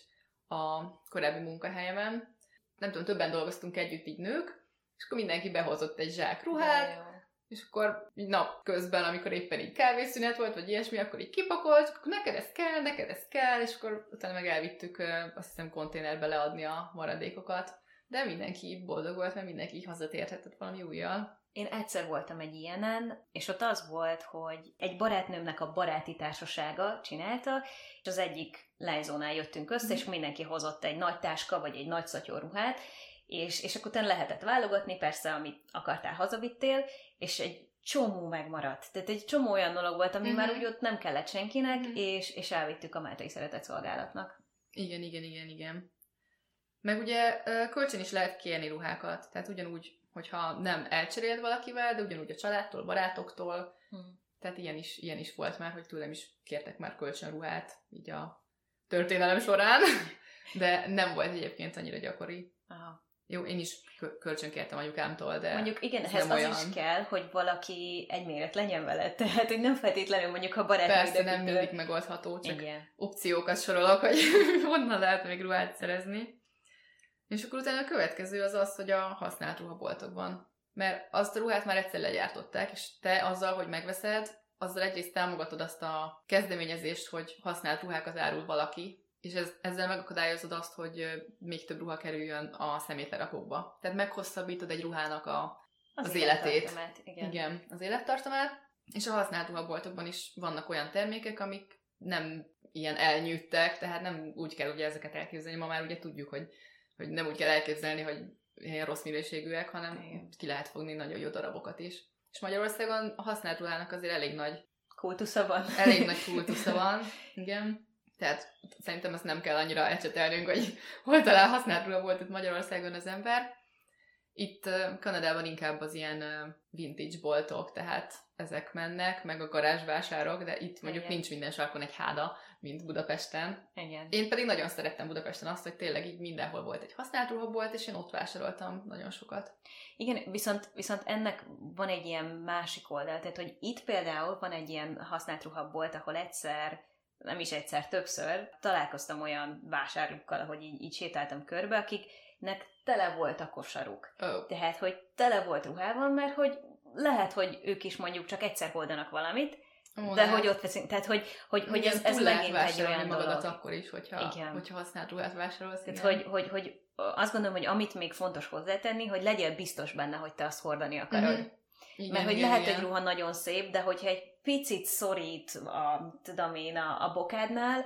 a korábbi munkahelyemen. Nem tudom, többen dolgoztunk együtt így nők, és akkor mindenki behozott egy zsák ruhát, és akkor így nap közben, amikor éppen így kávészünet volt, vagy ilyesmi, akkor így kipakolt, akkor neked ez kell, neked ez kell, és akkor utána meg elvittük, azt hiszem, konténerbe leadni a maradékokat. De mindenki boldog volt, mert mindenki így hazatérhetett valami újjal. Én egyszer voltam egy ilyenen, és ott az volt, hogy egy barátnőmnek a baráti társasága csinálta, és az egyik lányzónál jöttünk össze, mm. és mindenki hozott egy nagy táska, vagy egy nagy szatyor ruhát, és, és akkor utána lehetett válogatni, persze, amit akartál, hazavittél, és egy csomó megmaradt. Tehát egy csomó olyan dolog volt, ami mm-hmm. már úgy ott nem kellett senkinek, mm-hmm. és, és elvittük a Máltai Szeretett Szolgálatnak. Igen, igen, igen, igen. Meg ugye kölcsön is lehet kérni ruhákat, tehát ugyanúgy, hogyha nem elcseréld valakivel, de ugyanúgy a családtól, barátoktól, hmm. tehát ilyen is, ilyen is volt már, hogy tőlem is kértek már kölcsönruhát, így a történelem során, de nem volt egyébként annyira gyakori. Aha. Jó, én is kölcsön kértem anyukámtól, de mondjuk igen, ehhez az olyan... is kell, hogy valaki egy méret legyen vele, tehát hogy nem feltétlenül mondjuk a barátnő. Persze, nem mindig megoldható, csak igen. opciókat sorolok, hogy honnan lehet még ruhát szerezni. És akkor utána a következő az az, hogy a használt ruhaboltokban. Mert azt a ruhát már egyszer legyártották, és te azzal, hogy megveszed, azzal egyrészt támogatod azt a kezdeményezést, hogy használt ruhákat árul valaki, és ez, ezzel megakadályozod azt, hogy még több ruha kerüljön a szemétlerakókba. Tehát meghosszabbítod egy ruhának a, az, az életét. Igen. igen, az élettartamát. És a használt ruhaboltokban is vannak olyan termékek, amik nem ilyen elnyűttek, tehát nem úgy kell ugye ezeket elképzelni. Ma már ugye tudjuk, hogy hogy nem úgy kell elképzelni, hogy ilyen rossz minőségűek, hanem igen. ki lehet fogni nagyon jó darabokat is. És Magyarországon a használt ruhának azért elég nagy kultusza van. Elég nagy kultusza van, igen. Tehát szerintem ezt nem kell annyira ecsetelnünk, hogy hol talál használt ruha volt itt Magyarországon az ember. Itt Kanadában inkább az ilyen vintage boltok, tehát ezek mennek, meg a garázsvásárok, de itt mondjuk Igen. nincs minden sarkon egy háda, mint Budapesten. Igen. Én pedig nagyon szerettem Budapesten azt, hogy tényleg így mindenhol volt egy használt ruhabolt, és én ott vásároltam nagyon sokat. Igen, viszont, viszont ennek van egy ilyen másik oldal, tehát hogy itt például van egy ilyen használt ruhabolt, ahol egyszer, nem is egyszer, többször találkoztam olyan vásárlókkal, ahogy így, így sétáltam körbe, akiknek tele volt a kosaruk. Oh. Tehát, hogy tele volt ruhával, mert hogy lehet, hogy ők is mondjuk csak egyszer hordanak valamit, oh, de hogy ott veszünk, tehát hogy, hogy, hogy ez, ez megint egy olyan magadat dolog. Akkor is, hogyha, hogyha használt ruhát vásárolsz. Tehát, hogy, hogy, hogy azt gondolom, hogy amit még fontos hozzátenni, hogy legyél biztos benne, hogy te azt hordani akarod. Mm-hmm. Igen, mert hogy igen, lehet igen. egy ruha nagyon szép, de hogyha egy picit szorít a, tudom én, a, a bokádnál,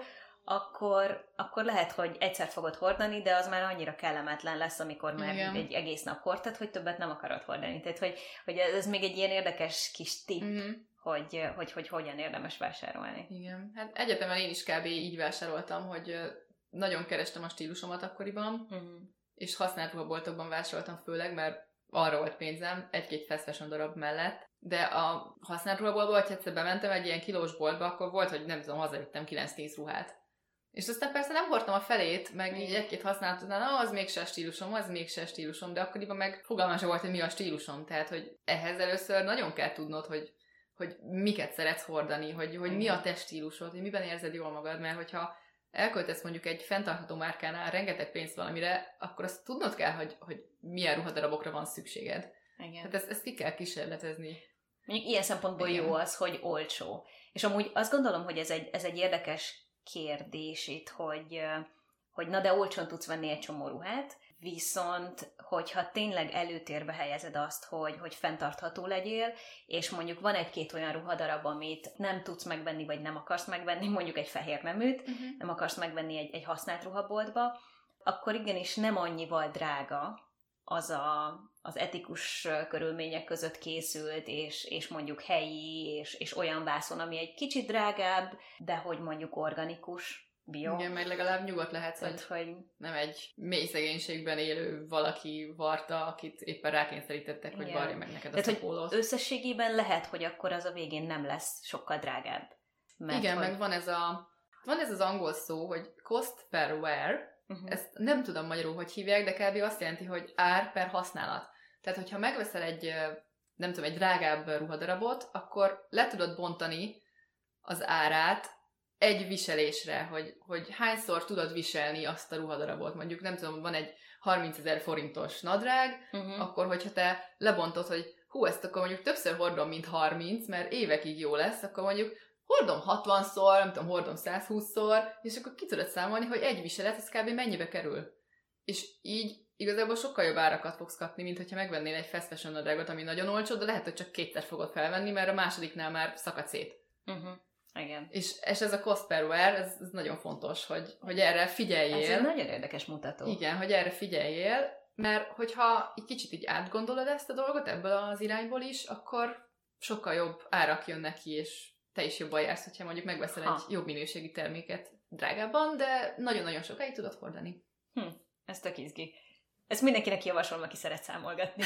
akkor, akkor lehet, hogy egyszer fogod hordani, de az már annyira kellemetlen lesz, amikor már igen. egy egész nap hordtad, hogy többet nem akarod hordani. Tehát, hogy, hogy ez még egy ilyen érdekes kis tipp, mm-hmm. hogy, hogy, hogy hogyan érdemes vásárolni. Igen, hát egyetemen én is kb. Így vásároltam, hogy nagyon kerestem a stílusomat akkoriban, mm-hmm. és használt ruhaboltokban vásároltam főleg, mert arra volt pénzem, egy-két fast fashion darab mellett, de a használt ruhaboltba, hogy egyszer bementem egy ilyen kilós boltba, akkor volt, hogy nem tudom, hazavittem kilenc-tíz ruhát. És aztán persze nem hordtam a felét, meg így egy-két használatodnál, ah, az mégse a stílusom, az mégse stílusom, de akkoriban meg fogalmam sem volt, hogy mi a stílusom. Tehát, hogy ehhez először nagyon kell tudnod, hogy, hogy miket szeretsz hordani, hogy, hogy mi a te stílusod, hogy miben érzed jól magad, mert hogyha elköltesz mondjuk egy fenntartható márkánál rengeteg pénzt valamire, akkor azt tudnod kell, hogy, hogy milyen ruhadarabokra van szükséged. Igen. Tehát ezt, ezt ki kell kísérletezni. Mondjuk ilyen szempontból igen. jó az, hogy olcsó. És amúgy azt gondolom, hogy ez egy, ez egy érdekes kérdés itt, hogy, hogy na de olcsón tudsz venni egy csomó ruhát, viszont hogyha tényleg előtérbe helyezed azt, hogy, hogy fenntartható legyél, és mondjuk van egy-két olyan ruhadarab, amit nem tudsz megvenni, vagy nem akarsz megvenni, mondjuk egy fehér neműt, uh-huh. nem akarsz megvenni egy, egy használt ruhaboltba, akkor igenis nem annyival drága az a, az etikus körülmények között készült, és, és mondjuk helyi, és, és olyan vászon, ami egy kicsit drágább, de hogy mondjuk organikus, bio. Igen, meg legalább nyugodt lehetsz, hogy, hogy nem egy mély szegénységben élő valaki varta, akit éppen rákényszerítettek, hogy igen. varja meg neked azt a pólót. Összességében lehet, hogy akkor az a végén nem lesz sokkal drágább. Mert igen, hogy... meg van ez, a, van ez az angol szó, hogy cost per wear. Uh-huh. Ezt nem tudom magyarul, hogy hívják, de kb. Azt jelenti, hogy ár per használat. Tehát, hogyha megveszel egy, nem tudom, egy drágább ruhadarabot, akkor le tudod bontani az árát egy viselésre, hogy, hogy hányszor tudod viselni azt a ruhadarabot. Mondjuk, nem tudom, van egy harmincezer forintos nadrág, uh-huh. akkor, hogyha te lebontod, hogy hú, ezt akkor mondjuk többször hordom, mint harminc, mert évekig jó lesz, akkor mondjuk hordom hatvanszor, nem tudom, hordom százhúszszor, és akkor ki tudod számolni, hogy egy viselet, ez kb. Mennyibe kerül. És így igazából sokkal jobb árakat fogsz kapni, mint hogyha megvennél egy fast fashion nadrágot, ami nagyon olcsó, de lehet, hogy csak kétszer fogod felvenni, mert a másodiknál már szakad szét. Uh-huh. Igen. És, és ez a cost per wear, ez, ez nagyon fontos, hogy, hogy erre figyeljél. Ez egy nagyon érdekes mutató. Igen, hogy erre figyeljél, mert hogyha egy kicsit így átgondolod ezt a dolgot ebből az irányból is, akkor sokkal jobb árak jönnek ki, és te is jobban jársz, hogyha mondjuk megveszel ha. egy jobb minőségű terméket drágábban, de nagyon-nagyon sokáig tudod hordani. Hm, ez tök izgi. Ezt mindenkinek javasolom, aki szeret számolgatni.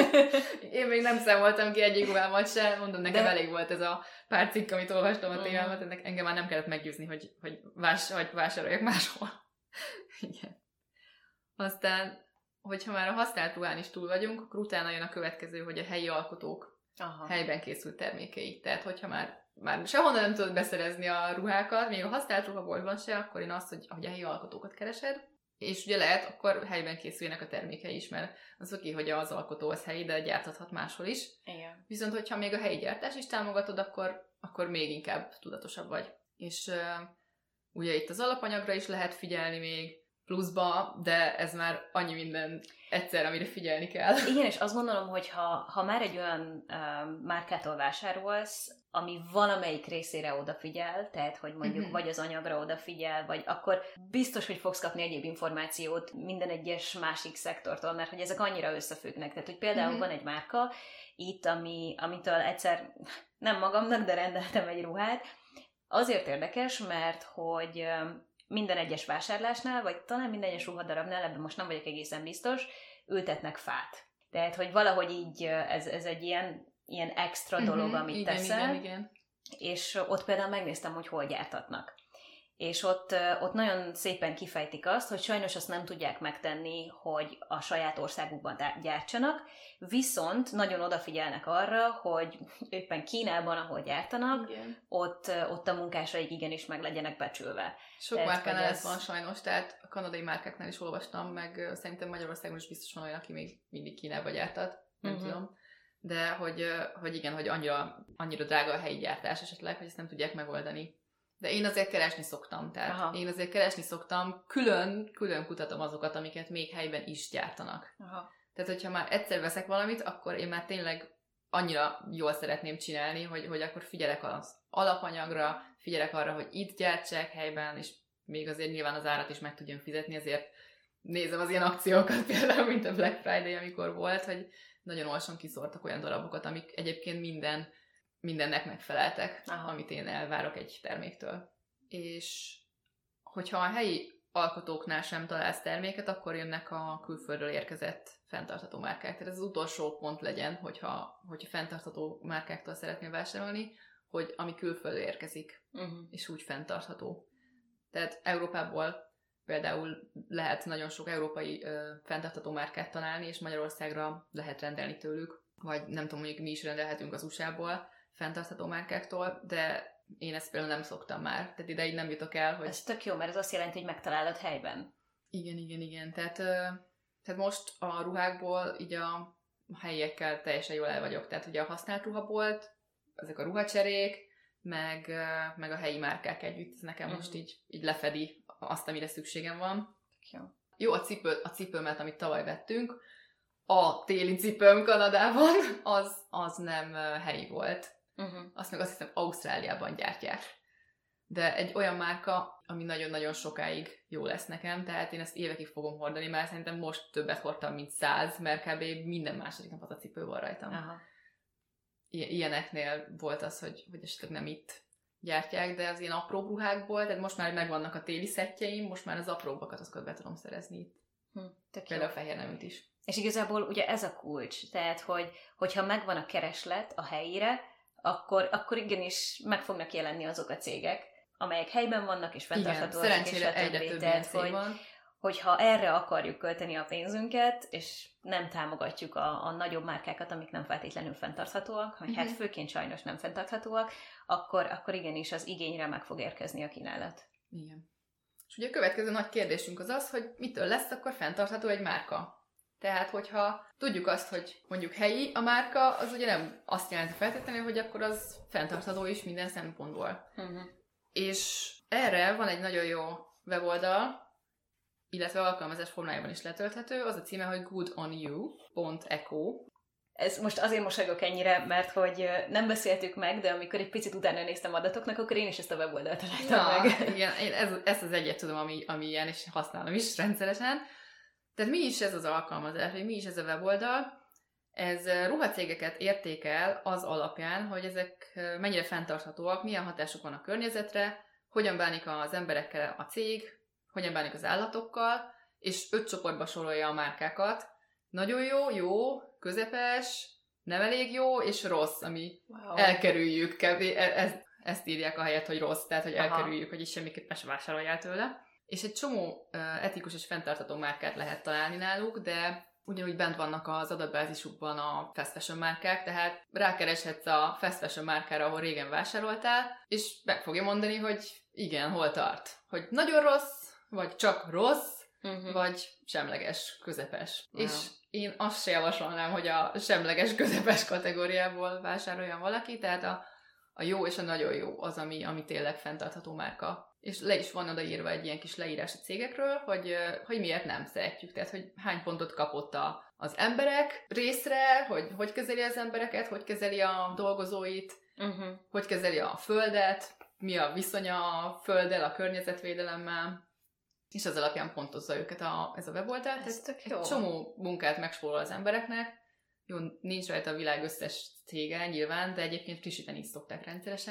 Én még nem számoltam ki egyik ruhámat sem, mondom, nekem de... elég volt ez a pár cikk, amit olvastam a témámat, ennek engem már nem kellett meggyőzni, hogy, hogy, vás, hogy vásároljak máshol. Igen. Aztán, hogyha már a használt ruhán is túl vagyunk, akkor utána jön a következő, hogy a helyi alkotók aha. helyben készült termékeik. Tehát, hogyha már, már sehonnan nem tudod beszerezni a ruhákat, még a használt ruhaboltban se, akkor én azt, hogy, hogy a helyi alkotókat keresed. És ugye lehet, akkor helyben készüljenek a termékei is, mert az oké, hogy az alkotó az helyi, de gyárthathat máshol is. Igen. Viszont, hogyha még a helyi gyártás is támogatod, akkor, akkor még inkább tudatosabb vagy. És uh, ugye itt az alapanyagra is lehet figyelni még pluszba, de ez már annyi minden egyszer, amire figyelni kell. Igen, és azt gondolom, hogy ha, ha már egy olyan uh, márkától vásárolsz, ami valamelyik részére odafigyel, tehát, hogy mondjuk uh-huh. vagy az anyagra odafigyel, vagy akkor biztos, hogy fogsz kapni egyéb információt minden egyes másik szektortól, mert hogy ezek annyira összefüggnek. Tehát, hogy például uh-huh. van egy márka itt, ami, amitől egyszer nem magamnak, de rendeltem egy ruhát. Azért érdekes, mert hogy minden egyes vásárlásnál, vagy talán minden egyes ruhadarabnál, ebben most nem vagyok egészen biztos, ültetnek fát. Tehát, hogy valahogy így ez, ez egy ilyen ilyen extra dolog, uh-huh, amit igen, teszel, igen, igen. és ott például megnéztem, hogy hol gyártatnak. És ott, ott nagyon szépen kifejtik azt, hogy sajnos azt nem tudják megtenni, hogy a saját országukban gyártsanak, viszont nagyon odafigyelnek arra, hogy éppen Kínában, ahol gyártanak, ott, ott a munkásaik igenis meg legyenek becsülve. Sok tehát, márkánál ez van sajnos, tehát a kanadai márkáknál is olvastam, meg szerintem Magyarországon is biztos van olyan, aki még mindig Kínába gyártat, nem uh-huh. tudom. De hogy, hogy igen, hogy annyira, annyira drága a helyi gyártás esetleg, hogy ezt nem tudják megoldani. De én azért keresni szoktam, tehát Aha. én azért keresni szoktam, külön, külön kutatom azokat, amiket még helyben is gyártanak. Aha. Tehát, hogyha már egyszer veszek valamit, akkor én már tényleg annyira jól szeretném csinálni, hogy, hogy akkor figyelek az alapanyagra, figyelek arra, hogy itt gyártsák helyben, és még azért nyilván az árat is meg tudjam fizetni, ezért nézem az ilyen akciókat például, mint a Black Friday, amikor volt, hogy nagyon olcsón kiszórtak olyan darabokat, amik egyébként minden mindennek megfeleltek, Aha. amit én elvárok egy terméktől. És hogyha a helyi alkotóknál sem találsz terméket, akkor jönnek a külföldről érkezett fenntartható márkák. Tehát ez az utolsó pont legyen, hogyha, hogyha fenntartható márkáktól szeretnél vásárolni, hogy ami külföldről érkezik, uh-huh. és úgy fenntartható. Tehát Európából például lehet nagyon sok európai ö, fenntartható márkát találni, és Magyarországra lehet rendelni tőlük, vagy nem tudom, mondjuk mi is rendelhetünk az u es á-ból, fenntartható márkáktól, de én ezt például nem szoktam már. Tehát ideig nem jutok el, hogy... Ez tök jó, mert ez azt jelenti, hogy megtalálod helyben. Igen, igen, igen. Tehát, tehát most a ruhákból így a helyiekkel teljesen jól el vagyok. Tehát ugye a használt ruhabolt, ezek a ruhacserék, meg, meg a helyi márkák együtt. Ez nekem uh-huh. most így, így lefedi azt, amire szükségem van. Jó, jó a, cipő, a cipőmet, amit tavaly vettünk, a téli cipőm Kanadában, az, az nem helyi volt. Uh-huh. Azt meg azt hiszem Ausztráliában gyártják. De egy olyan márka, ami nagyon-nagyon sokáig jó lesz nekem, tehát én ezt évekig fogom hordani, mert szerintem most többet hordtam, mint száz, mert kb. Minden második nap az a cipő van rajtam. Aha. I- ilyeneknél volt az, hogy, hogy esetleg nem itt gyártják, de az ilyen apró ruhákból, tehát most már megvannak a téli szettjeim, most már az apróbbakat azokat be tudom szerezni itt. Hm, például a fehér neműt is. És igazából ugye ez a kulcs, tehát hogy, hogyha megvan a kereslet a helyére, akkor, akkor igenis meg fognak jelenni azok a cégek, amelyek helyben vannak és fenntarthatóak. Igen, szerencsére egyre több ilyen cég hogy, van. Hogyha erre akarjuk költeni a pénzünket, és nem támogatjuk a, a nagyobb márkákat, amik nem feltétlenül fenntarthatóak, vagy uh-huh. hát főként sajnos nem fenntarthatóak, akkor, akkor igenis az igényre meg fog érkezni a kínálat. Igen. És ugye a következő nagy kérdésünk az az, hogy mitől lesz akkor fenntartható egy márka? Tehát, hogyha tudjuk azt, hogy mondjuk helyi a márka, az ugye nem azt jelenti feltétlenül, hogy akkor az fenntartható is minden szempontból. Uh-huh. És erre van egy nagyon jó weboldal, illetve alkalmazás formájában is letölthető, az a címe, hogy good on you pont eco. Ez most azért mosolygok ennyire, mert hogy nem beszéltük meg, de amikor egy picit utána néztem adatoknak, akkor én is ezt a weboldalt találtam ja, meg. Igen, én ez, ezt az egyet tudom, ami, ami ilyen, és használom is rendszeresen. Tehát mi is ez az alkalmazás, vagy mi is ez a weboldal? Ez ruhacégeket értékel az alapján, hogy ezek mennyire fenntarthatóak, milyen hatásuk van a környezetre, hogyan bánik az emberekkel a cég, hogyan bánik az állatokkal, és öt csoportba sorolja a márkákat. Nagyon jó, jó, közepes, nem elég jó, és rossz, ami wow. elkerüljük. Kevés, ezt, ezt írják a helyet, hogy rossz, tehát hogy Aha. elkerüljük, hogy is semmiképpen se vásároljál tőle. És egy csomó uh, etikus és fenntartható márkát lehet találni náluk, de ugyanúgy bent vannak az adatbázisukban a fast fashion márkák, tehát rákereshetsz a fast fashion márkára, ahol régen vásároltál, és meg fogja mondani, hogy igen, hol tart. Hogy nagyon rossz, vagy csak rossz, uh-huh. vagy semleges, közepes. Wow. És én azt se javasolnám, hogy a semleges, közepes kategóriából vásároljon valaki, tehát a, a jó és a nagyon jó az, ami, ami tényleg fenntartható márka. És le is van odaírva egy ilyen kis leírás a cégekről, hogy, hogy miért nem szeretjük, tehát hogy hány pontot kapott a, az emberek részre, hogy hogy kezeli az embereket, hogy kezeli a dolgozóit, uh-huh. hogy kezeli a földet, mi a viszonya a földdel, a környezetvédelemmel, és az alapján pontozza őket a, ez a weboldal. Ez tök jó. Egy csomó munkát megspórol az embereknek. Jó, nincs rajta a világ összes cége nyilván, de egyébként frissíteni is szokták rendszeresen.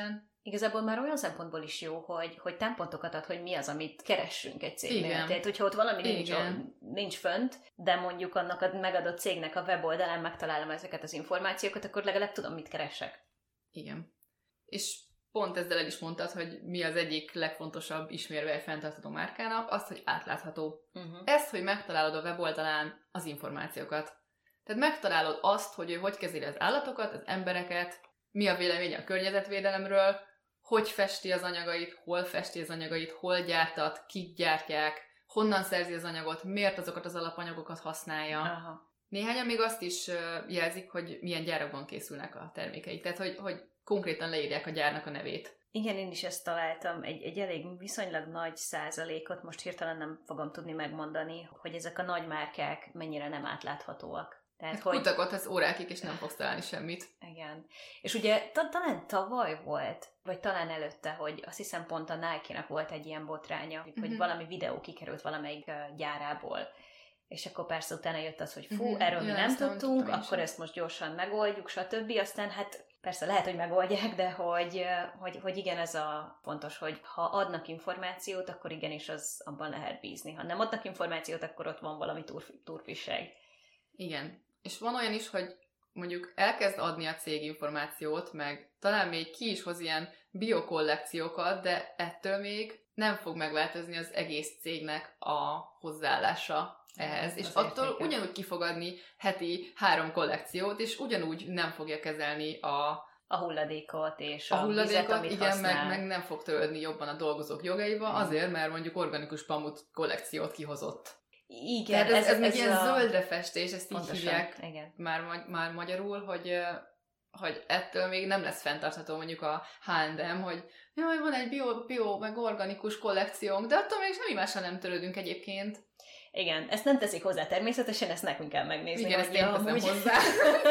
Igazából már olyan szempontból is jó, hogy, hogy támpontokat ad, hogy mi az, amit keressünk egy cégnél. Igen. Tehát, hogyha ott valami nincs, nincs fönt, de mondjuk annak a megadott cégnek a weboldalán megtalálom ezeket az információkat, akkor legalább tudom, mit keresek. Igen. És pont ezzel el is mondtad, hogy mi az egyik legfontosabb ismérve egy fenntartható márkának, azt, hogy átlátható. Uh-huh. Ezt, hogy megtalálod a weboldalán az információkat. Tehát megtalálod azt, hogy ő hogy kezeli az állatokat, az embereket, mi a véleménye a környezetvédelemről, hogy festi az anyagait, hol festi az anyagait, hol gyártat, kik gyártják, honnan szerzi az anyagot, miért azokat az alapanyagokat használja. Aha. Néhányan még azt is jelzik, hogy milyen gyárakban készülnek a termékeik. Tehát, hogy, hogy konkrétan leírják a gyárnak a nevét. Igen, én is ezt találtam. Egy, egy elég viszonylag nagy százalékot, most hirtelen nem fogom tudni megmondani, hogy ezek a nagy márkák mennyire nem átláthatóak. Tehát, hát hogy... kutakodhatsz órákig, és nem fogsz találni semmit. Igen. És ugye ta- talán tavaly volt, vagy talán előtte, hogy azt hiszem pont a Nike-nak volt egy ilyen botránya, mm-hmm. hogy valami videó kikerült valamelyik gyárából. És akkor persze utána jött az, hogy fú, mm-hmm. erről mi nem tudtunk, akkor ezt most gyorsan megoldjuk, stb. Aztán hát persze lehet, hogy megoldják, de hogy, hogy, hogy igen, ez a fontos, hogy ha adnak információt, akkor igenis az abban lehet bízni. Ha nem adnak információt, akkor ott van valami turf- turpisság. Igen. És van olyan is, hogy mondjuk elkezd adni a cég információt, meg talán még ki is hoz ilyen biokollekciókat, de ettől még nem fog megváltozni az egész cégnek a hozzáállása ehhez. És attól értéke. Ugyanúgy ki fog adni heti három kollekciót, és ugyanúgy nem fogja kezelni a a hulladékot és a, a hulladékot, vizet, amit igen, használ. meg, meg nem fog törődni jobban a dolgozók jogaiba, azért, mert mondjuk organikus pamut kollekciót kihozott. Igen, ez, ez, ez még ez ilyen a... zöldre festés, ezt Pontosan, így hívják igen. már, már magyarul, hogy, hogy ettől még nem lesz fenntartható mondjuk a há és em, hogy jaj, van egy bio, bio meg organikus kollekciónk, de attól még semmi mással nem törődünk egyébként. Igen, ezt nem teszik hozzá természetesen, ezt nekünk kell megnézni. Igen, ezt én teszem hozzá.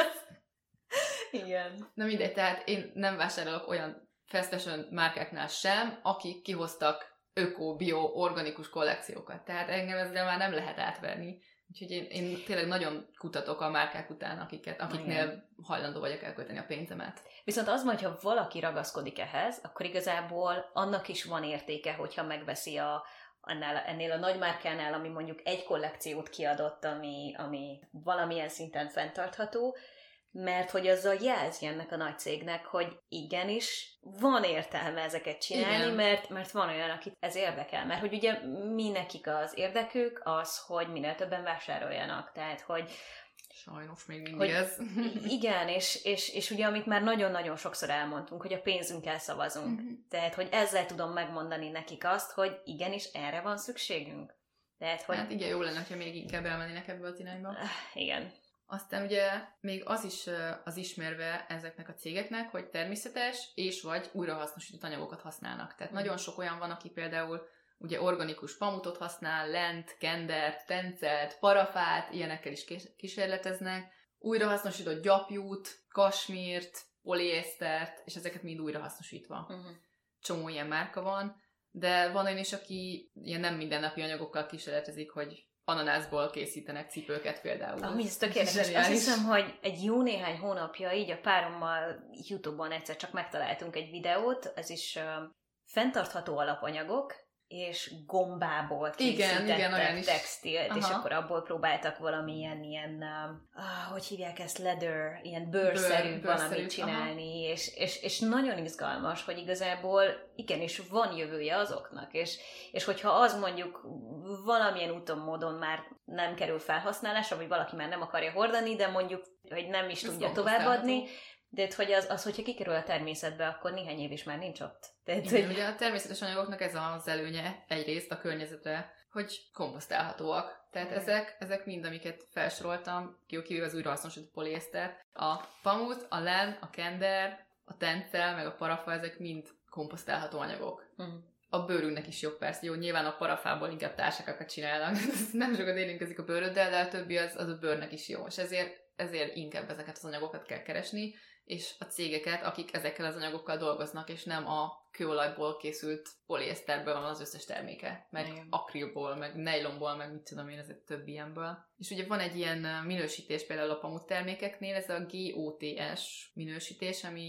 Igen. Na mindegy, tehát én nem vásárolok olyan fast fashion márkáknál sem, akik kihoztak öko, bio, organikus kollekciókat. Tehát engem ezzel már nem lehet átverni. Úgyhogy én, én tényleg nagyon kutatok a márkák után, akiket, akiknél igen. hajlandó vagyok elkölteni a pénzemet. Viszont az, hogyha valaki ragaszkodik ehhez, akkor igazából annak is van értéke, hogyha megveszi a, annál, ennél a nagy márkánál, ami mondjuk egy kollekciót kiadott, ami, ami valamilyen szinten fenntartható, mert hogy azzal jelzi ennek a nagy cégnek, hogy igenis van értelme ezeket csinálni, mert, mert van olyan, akit ez érdekel. Mert hogy ugye mi nekik az érdekük az, hogy minél többen vásároljanak. Tehát, hogy sajnos még mindig hogy, ez. Igen, és, és, és ugye amit már nagyon-nagyon sokszor elmondtunk, hogy a pénzünkkel szavazunk. Uh-huh. Tehát, hogy ezzel tudom megmondani nekik azt, hogy igenis erre van szükségünk. Tehát, hogy... Hát igen, jó lenne, ha még inkább elmennének ebbe az irányba. Igen. Aztán ugye még az is az ismerve ezeknek a cégeknek, hogy természetes és vagy újrahasznosított anyagokat használnak. Tehát mm. nagyon sok olyan van, aki például ugye organikus pamutot használ, lent, kendert, tencelt, parafát, ilyenekkel is kísérleteznek, újrahasznosított gyapjút, kasmírt, poliésztert, és ezeket mind újrahasznosítva. Mm. Csomó ilyen márka van, de van olyan is, aki ilyen nem mindennapi anyagokkal kísérletezik, hogy ananászból készítenek cipőket például. Ami ez tök érdekes. Azt hiszem, hogy egy jó néhány hónapja így a párommal YouTube-on egyszer csak megtaláltunk egy videót, ez is uh, fenntartható alapanyagok, és gombából készítettek textilt, és akkor abból próbáltak valamilyen ilyen, uh, hogy hívják ezt, leather, ilyen bőrszerű Bőr, valamit csinálni, és, és, és nagyon izgalmas, hogy igazából igenis van jövője azoknak, és, és hogyha az mondjuk valamilyen úton, módon már nem kerül felhasználásra, vagy valaki már nem akarja hordani, de mondjuk, hogy nem is ez tudja továbbadni, de hogy az, az, hogyha kikerül a természetbe, akkor néhány év is már nincs ott. Tehát, igen, hogy... ugye a természetes anyagoknak ez az előnye egyrészt a környezetre, hogy komposztálhatóak. Tehát mm. ezek, ezek mind, amiket felsoroltam, kivéve az újrahasznosított poliésztert, a pamut, a len, a kender, a tencel, meg a parafa, ezek mind komposztálható anyagok. Mm. A bőrünknek is jobb persze. Jó, nyilván a parafából inkább társakat csinálnak. Nem sokat érintkezik a bőröddel, de a többi az, az a bőrnek is jó. És ezért, ezért inkább ezeket az anyagokat kell keresni, és a cégeket, akik ezekkel az anyagokkal dolgoznak, és nem a kőolajból készült poliészterből van az összes terméke, meg igen. akrilból, meg nejlonból, meg mit tudom én, ezek több ilyenből. És ugye van egy ilyen minősítés például a pamut termékeknél, ez a gé o té es minősítés, ami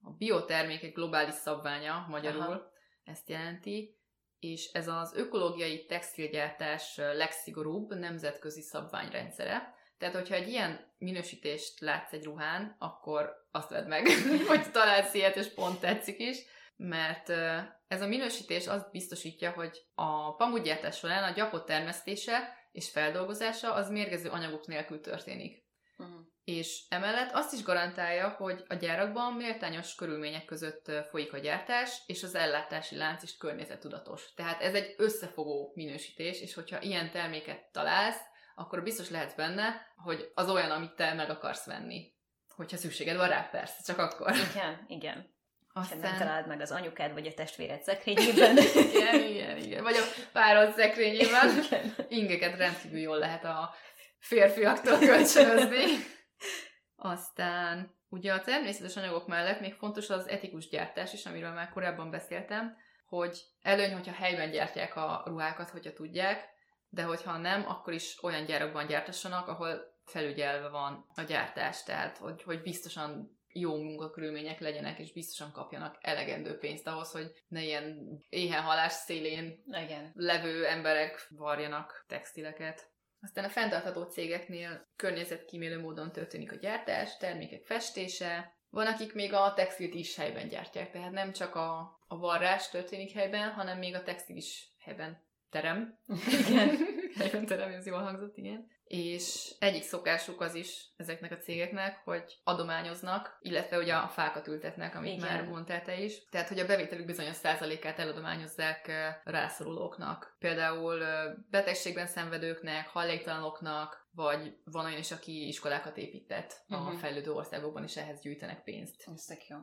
a biotermékek globális szabványa, magyarul Aha. ezt jelenti, és ez az ökológiai textilgyártás legszigorúbb nemzetközi szabványrendszere. Tehát, hogyha egy ilyen minősítést látsz egy ruhán, akkor azt vedd meg, hogy találsz ilyet, és pont tetszik is, mert ez a minősítés azt biztosítja, hogy a pamutgyártás során a gyapot termesztése és feldolgozása az mérgező anyagok nélkül történik. Uh-huh. És emellett azt is garantálja, hogy a gyárakban méltányos körülmények között folyik a gyártás, és az ellátási lánc is környezettudatos. Tehát ez egy összefogó minősítés, és hogyha ilyen terméket találsz, akkor biztos lehetsz benne, hogy az olyan, amit te meg akarsz venni. Hogyha szükséged van rá, persze, csak akkor. Igen, igen. Aztán... nem találd meg az anyukád vagy a testvéred szekrényében. igen, igen, igen. Vagy a párod szekrényében. Ingeket rendkívül jól lehet a férfiaktól kölcsönözni. Aztán ugye a természetes anyagok mellett még fontos az etikus gyártás is, amiről már korábban beszéltem, hogy előny, hogyha helyben gyártják a ruhákat, hogyha tudják, de hogyha nem, akkor is olyan gyárakban gyártassanak, ahol felügyelve van a gyártás, tehát hogy, hogy biztosan jó munkakörülmények legyenek, és biztosan kapjanak elegendő pénzt ahhoz, hogy ne ilyen éhenhalás szélén Igen. levő emberek varjanak textileket. Aztán a fenntartható cégeknél környezetkímélő módon történik a gyártás, termékek festése. Van, akik még a textilt is helyben gyártják, tehát nem csak a, a varrás történik helyben, hanem még a textil is helyben terem. Igen. helyben terem, ez jól hangzott, igen. És egyik szokásuk az is ezeknek a cégeknek, hogy adományoznak, illetve ugye a fákat ültetnek, amit igen. már mondtál te is. Tehát, hogy a bevételük bizonyos százalékát eladományozzák rászorulóknak. Például betegségben szenvedőknek, hajléktalanoknak, vagy van olyan is, aki iskolákat épített uh-huh. a fejlődő országokban, és ehhez gyűjtenek pénzt. Ez tök jó.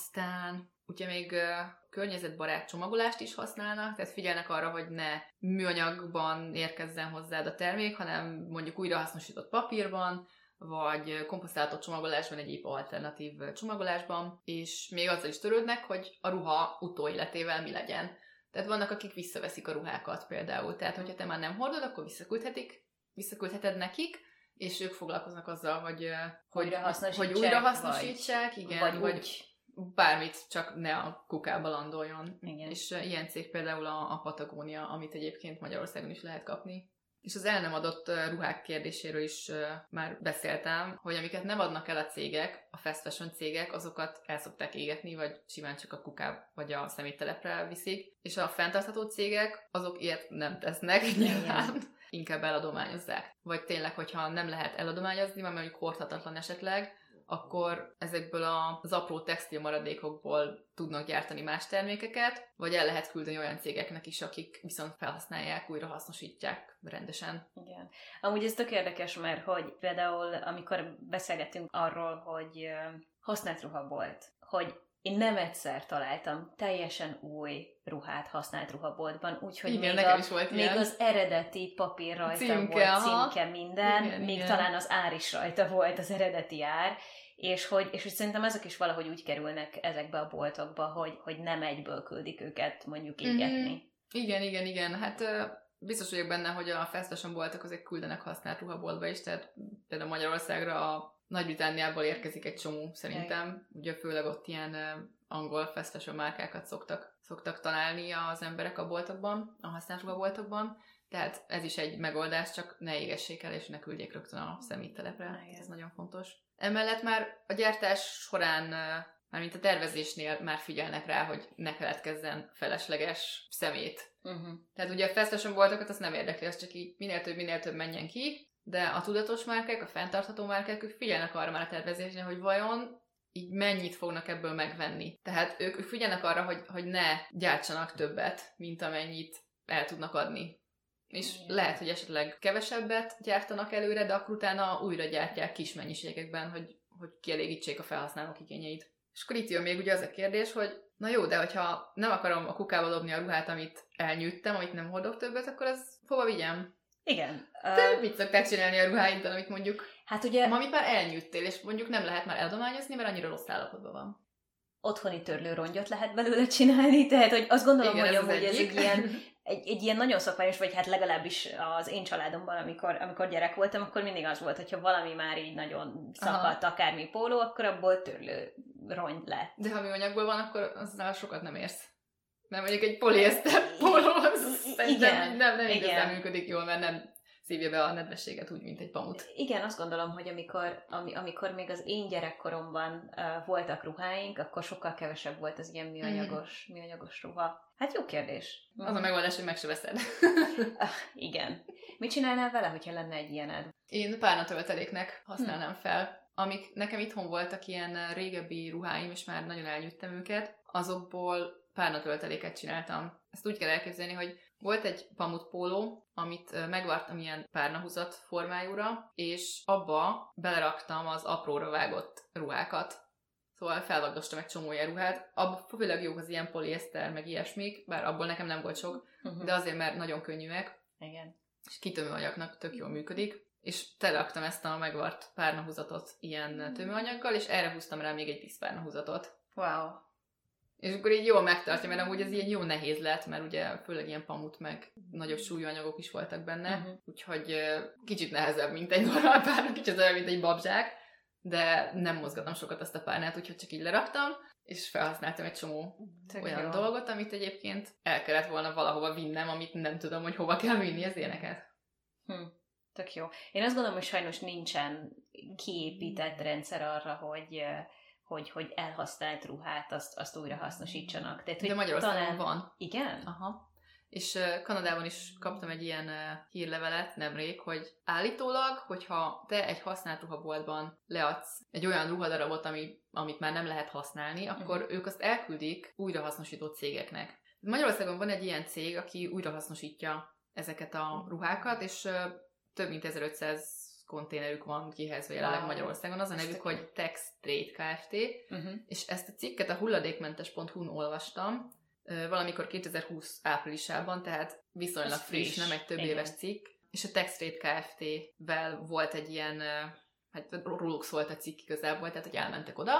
Aztán ugye még uh, környezetbarát csomagolást is használnak, tehát figyelnek arra, hogy ne műanyagban érkezzen hozzád a termék, hanem mondjuk újrahasznosított papírban, vagy komposztálható csomagolásban, egyéb alternatív csomagolásban, és még azzal is törődnek, hogy a ruha utóéletével mi legyen. Tehát vannak, akik visszaveszik a ruhákat például, tehát hogyha te már nem hordod, akkor visszaküldhetik, visszaküldheted nekik, és ők foglalkoznak azzal, hogy, hogy újrahasznosítsák, hogy újrahasznosítsák vagy, igen, vagy, vagy úgy. Bármit, csak ne a kukába landoljon. Igen. És uh, ilyen cég például a, a Patagónia, amit egyébként Magyarországon is lehet kapni. És az el nem adott uh, ruhák kérdéséről is uh, már beszéltem, hogy amiket nem adnak el a cégek, a fast fashion cégek, azokat el szokták égetni, vagy simán csak a kukába vagy a szeméttelepre viszik. És a fenntartható cégek, azok ilyet nem tesznek nyilván. Inkább eladományozzák. Vagy tényleg, hogyha nem lehet eladományozni, mert mondjuk hordhatatlan esetleg, akkor ezekből az apró textil maradékokból tudnak gyártani más termékeket, vagy el lehet küldeni olyan cégeknek is, akik viszont felhasználják, újra hasznosítják rendesen. Igen. Amúgy ez tök érdekes, mert hogy például amikor beszélgettünk arról, hogy használt ruhabolt, hogy én nem egyszer találtam teljesen új ruhát használt ruhaboltban, úgyhogy igen, még, a, még ilyen. az eredeti papír rajta címke, volt, aha. címke, minden, igen, még igen. talán az ár is rajta volt, az eredeti ár, és hogy, és hogy szerintem azok is valahogy úgy kerülnek ezekbe a boltokba, hogy, hogy nem egyből küldik őket mondjuk égetni. Mm-hmm. Igen, igen, igen. Hát biztos vagyok benne, hogy a fast fashion boltok azért küldenek használt ruhaboltba is, tehát például Magyarországra a Nagy-Britanniából érkezik egy csomó szerintem, ugye főleg ott ilyen angol fast fashion márkákat szoktak, szoktak találni az emberek a boltokban, a használt ruhaboltokban, tehát ez is egy megoldás, csak ne égessék el, és ne küldjék rögtön a szeméttelepre, ez nagyon fontos. Emellett már a gyártás során, mármint a tervezésnél már figyelnek rá, hogy ne keletkezzen felesleges szemét. Uh-huh. Tehát ugye a fast fashion boltokat azt nem érdekli, az csak így minél több, minél több menjen ki, de a tudatos márkák, a fenntartható márkák, ők figyelnek arra már a tervezésnél, hogy vajon így mennyit fognak ebből megvenni. Tehát ők, ők figyelnek arra, hogy, hogy ne gyártsanak többet, mint amennyit el tudnak adni. És igen. lehet, hogy esetleg kevesebbet gyártanak előre, de akkor utána újra gyártják kis mennyiségekben, hogy, hogy kielégítsék a felhasználók igényeit. És akkor itt jön még ugye az a kérdés, hogy na jó, de hogyha nem akarom a kukába dobni a ruhát, amit elnyűjtem, amit nem hordok többet, akkor az hova vigyem? Igen. Te uh... mit szoktál csinálni a ruháiddal, amit mondjuk hát ugye... amit már elnyűjtél, és mondjuk nem lehet már eladományozni, mert annyira rossz állapotban van. Otthoni törlőrongyot lehet belőle csinálni, tehát hogy azt gondolom, igen, hogy ez amúgy ez egy ilyen, egy, egy ilyen nagyon szokványos, vagy hát legalábbis az én családomban, amikor, amikor gyerek voltam, akkor mindig az volt, hogyha valami már így nagyon szakadt, akármi póló, akkor abból törlő rongy lett. De ha műanyagból van, akkor azzal sokat nem érsz. Mert mondjuk egy poliészter pólóhoz szerintem nem, nem igazán működik jól, mert nem szívja be a nedvességet úgy, mint egy pamut. Igen, azt gondolom, hogy amikor, ami, amikor még az én gyerekkoromban uh, voltak ruháink, akkor sokkal kevesebb volt az ilyen műanyagos, mm. műanyagos ruha. Hát jó kérdés. Az a megoldás, hogy meg se veszed. uh, igen. Mit csinálnál vele, hogyha lenne egy ilyened? Én párnatölteléknek használnám hm. fel. Amik nekem itthon voltak ilyen régebbi ruháim, és már nagyon elnyűjtem őket, azokból párnatölteléket csináltam. Ezt úgy kell elképzelni, hogy volt egy pamut póló, amit megvartam ilyen párnahúzat formájúra, és abba beleraktam az apróra vágott ruhákat. Szóval felvagdostam egy csomó ilyen ruhát. Abban főleg jók az ilyen poliészter, meg ilyesmik, bár abból nekem nem volt sok, uh-huh. de azért, mert nagyon könnyűek. Igen. És kitölmőanyagnak tök jól működik. És teleraktam ezt a megvart párnahúzatot ilyen tömőanyaggal, és erre húztam rá még egy díszpárnahúzatot. Wow. És akkor így jól megtartja, mert amúgy ez ilyen jó nehéz lett, mert ugye főleg ilyen pamut, meg nagyobb súlyú anyagok is voltak benne, uh-huh. úgyhogy kicsit nehezebb, mint egy normál párna, kicsit olyan, mint egy babzsák, de nem mozgatom sokat azt a párnát, úgyhogy csak így leraktam, és felhasználtam egy csomó Tök olyan jó. dolgot, amit egyébként el kellett volna valahova vinnem, amit nem tudom, hogy hova kell vinni az éneket. Hm. Tök jó. Én azt gondolom, hogy sajnos nincsen kiépített rendszer arra, hogy, hogy, hogy elhasznált ruhát, azt, azt újra hasznosítsanak. Tehát, De Magyarországon talán... van. Igen? Aha. És uh, Kanadában is kaptam egy ilyen uh, hírlevelet nemrég, hogy állítólag, hogyha te egy használt ruhaboltban leadsz egy olyan ruhadarabot, ami, amit már nem lehet használni, akkor uh-huh. ők azt elküldik újrahasznosító cégeknek. Magyarországon van egy ilyen cég, aki újrahasznosítja ezeket a ruhákat, és uh, több mint ezerötszáz konténerük van kihelyezve jelenleg wow. Magyarországon. Az a nevük, hogy Tex Trade Kft. Uh-huh. És ezt a cikket a hulladékmentes pont hu-n olvastam, valamikor kétezer-húsz áprilisában, tehát viszonylag friss, friss, nem egy több Igen. éves cikk. És a Tex Trade Kft-vel volt egy ilyen, hát róluk szólt a cikk igazából, tehát hogy elmentek oda,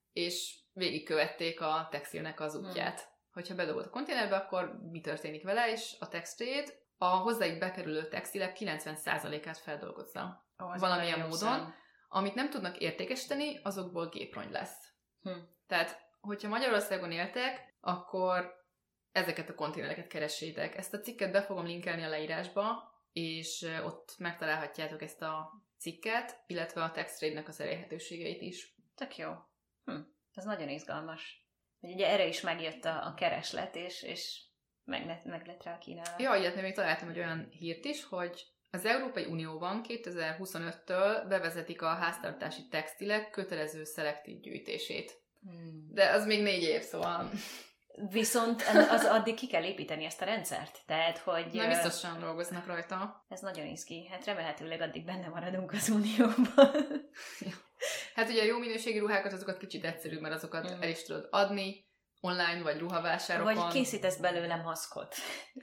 és végigkövették a textilnek az útját. Hmm. Hogyha bedobott a konténerbe, akkor mi történik vele, és a Tex Trade a hozzáig bekerülő textilek kilencven százalékát feldolgozza oh, valamilyen módon. Szem. Amit nem tudnak értékesíteni, azokból géprony lesz. Hm. Tehát, hogyha Magyarországon éltek, akkor ezeket a konténereket keressétek. Ezt a cikket be fogom linkelni a leírásba, és ott megtalálhatjátok ezt a cikket, illetve a Tex Trade-nek az elérhetőségeit is. Tök jó. Hm. Ez nagyon izgalmas. Ugye erre is megjött a, a kereslet, és, és meg lett, meg lett rá kínálva. Ja, illetve még találtam egy olyan hírt is, hogy az Európai Unióban kétezer-huszonöttől bevezetik a háztartási textilek kötelező szelektív gyűjtését. Hmm. De az még négy év, szóval... Viszont az addig ki kell építeni ezt a rendszert. Tehát, hogy... Na, biztosan dolgoznak rajta. Ez nagyon izgi. Hát remélhetőleg addig benne maradunk az Unióban. Ja. Hát ugye a jó minőségi ruhákat, azokat kicsit egyszerűbb, mert azokat hmm. el is tudod adni, online vagy ruhavásárokon. Vagy készítesz belőle maszkot.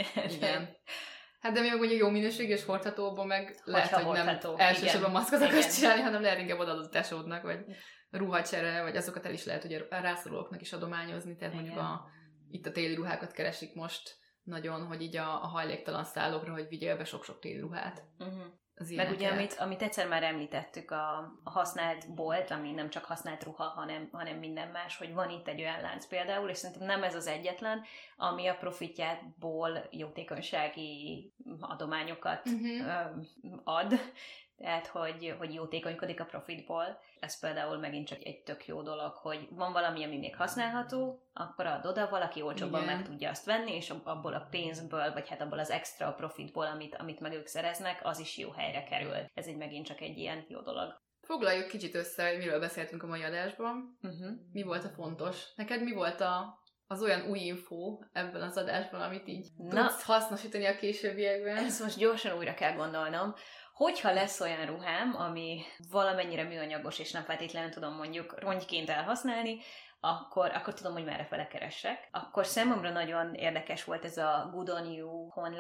Igen. Hát de mi meg mondjuk jó minőségű és hordhatóban meg lehet, hogy hordható. Nem elsősorban maszkot akarsz csinálni, hanem lehet inkább odaadod a tesódnak, vagy ruhacsere, vagy azokat el is lehet ugye a rászorulóknak is adományozni, tehát Igen. mondjuk a, itt a téli ruhákat keresik most nagyon, hogy így a, a hajléktalan szállókra, hogy vigyél be sok-sok téli ruhát. Uh-huh. Meg ugye, amit, amit egyszer már említettük, a, a használt bolt, ami nem csak használt ruha, hanem, hanem minden más, hogy van itt egy olyan lánc például, és szerintem nem ez az egyetlen, ami a profitjából jótékonysági adományokat uh-huh. ad, tehát, hogy, hogy jótékonykodik a profitból. Ez például megint csak egy tök jó dolog, hogy van valami, ami még használható, akkor ad oda, valaki olcsóbban meg tudja azt venni, és abból a pénzből, vagy hát abból az extra profitból, amit, amit meg ők szereznek, az is jó helyre kerül. Ez egy megint csak egy ilyen jó dolog. Foglaljuk kicsit össze, hogy miről beszéltünk a mai adásban. Uh-huh. Mi volt a fontos? Neked mi volt a, az olyan új info ebben az adásban, amit így Na, tudsz hasznosítani a későbbiekben? Ezt most gyorsan újra kell gondolnom. Hogyha lesz olyan ruhám, ami valamennyire műanyagos, és nem feltétlenül tudom mondjuk rongyként elhasználni, akkor, akkor tudom, hogy merre fele keressek. Akkor számomra nagyon érdekes volt ez a Good On You honlap,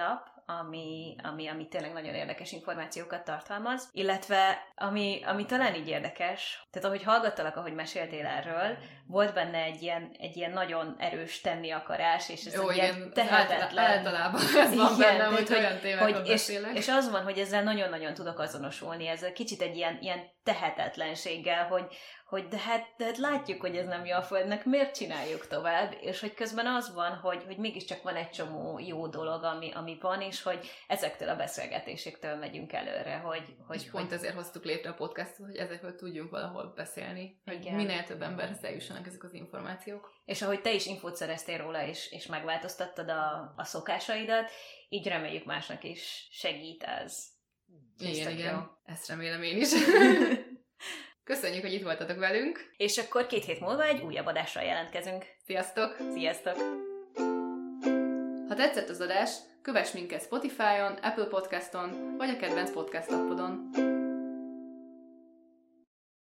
ami, ami, ami tényleg nagyon érdekes információkat tartalmaz, illetve ami, ami talán így érdekes, tehát ahogy hallgattalak, ahogy meséltél erről, volt benne egy ilyen, egy ilyen nagyon erős tenni akarás, és ez Jó, egy igen, ilyen tehetetlen... Általában ez van igen, bennem, hogy, hogy olyan témákat hogy, és, beszélek. és az van, hogy ezzel nagyon-nagyon tudok azonosulni, ezzel kicsit egy ilyen, ilyen tehetetlenséggel, hogy, hogy de hát, de hát látjuk, hogy ez nem jó a Földnek, miért csináljuk tovább, és hogy közben az van, hogy, hogy mégiscsak van egy csomó jó dolog, ami, ami van, és hogy ezektől a beszélgetésektől megyünk előre, hogy... hogy és pont hogy... ezért hoztuk létre a podcastot, hogy ezekről tudjunk valahol beszélni, hogy Igen. minél több emberhez eljussanak ezek az információk. És ahogy te is infót szereztél róla, és, és megváltoztattad a, a szokásaidat, így reméljük másnak is segít ez. Igen, igen. Jó. Ezt remélem én is. Köszönjük, hogy itt voltatok velünk. És akkor két hét múlva egy újabb adással jelentkezünk. Sziasztok! Sziasztok! Ha tetszett az adás, kövess minket Spotify-on, Apple Podcaston, vagy a kedvenc podcast appodon.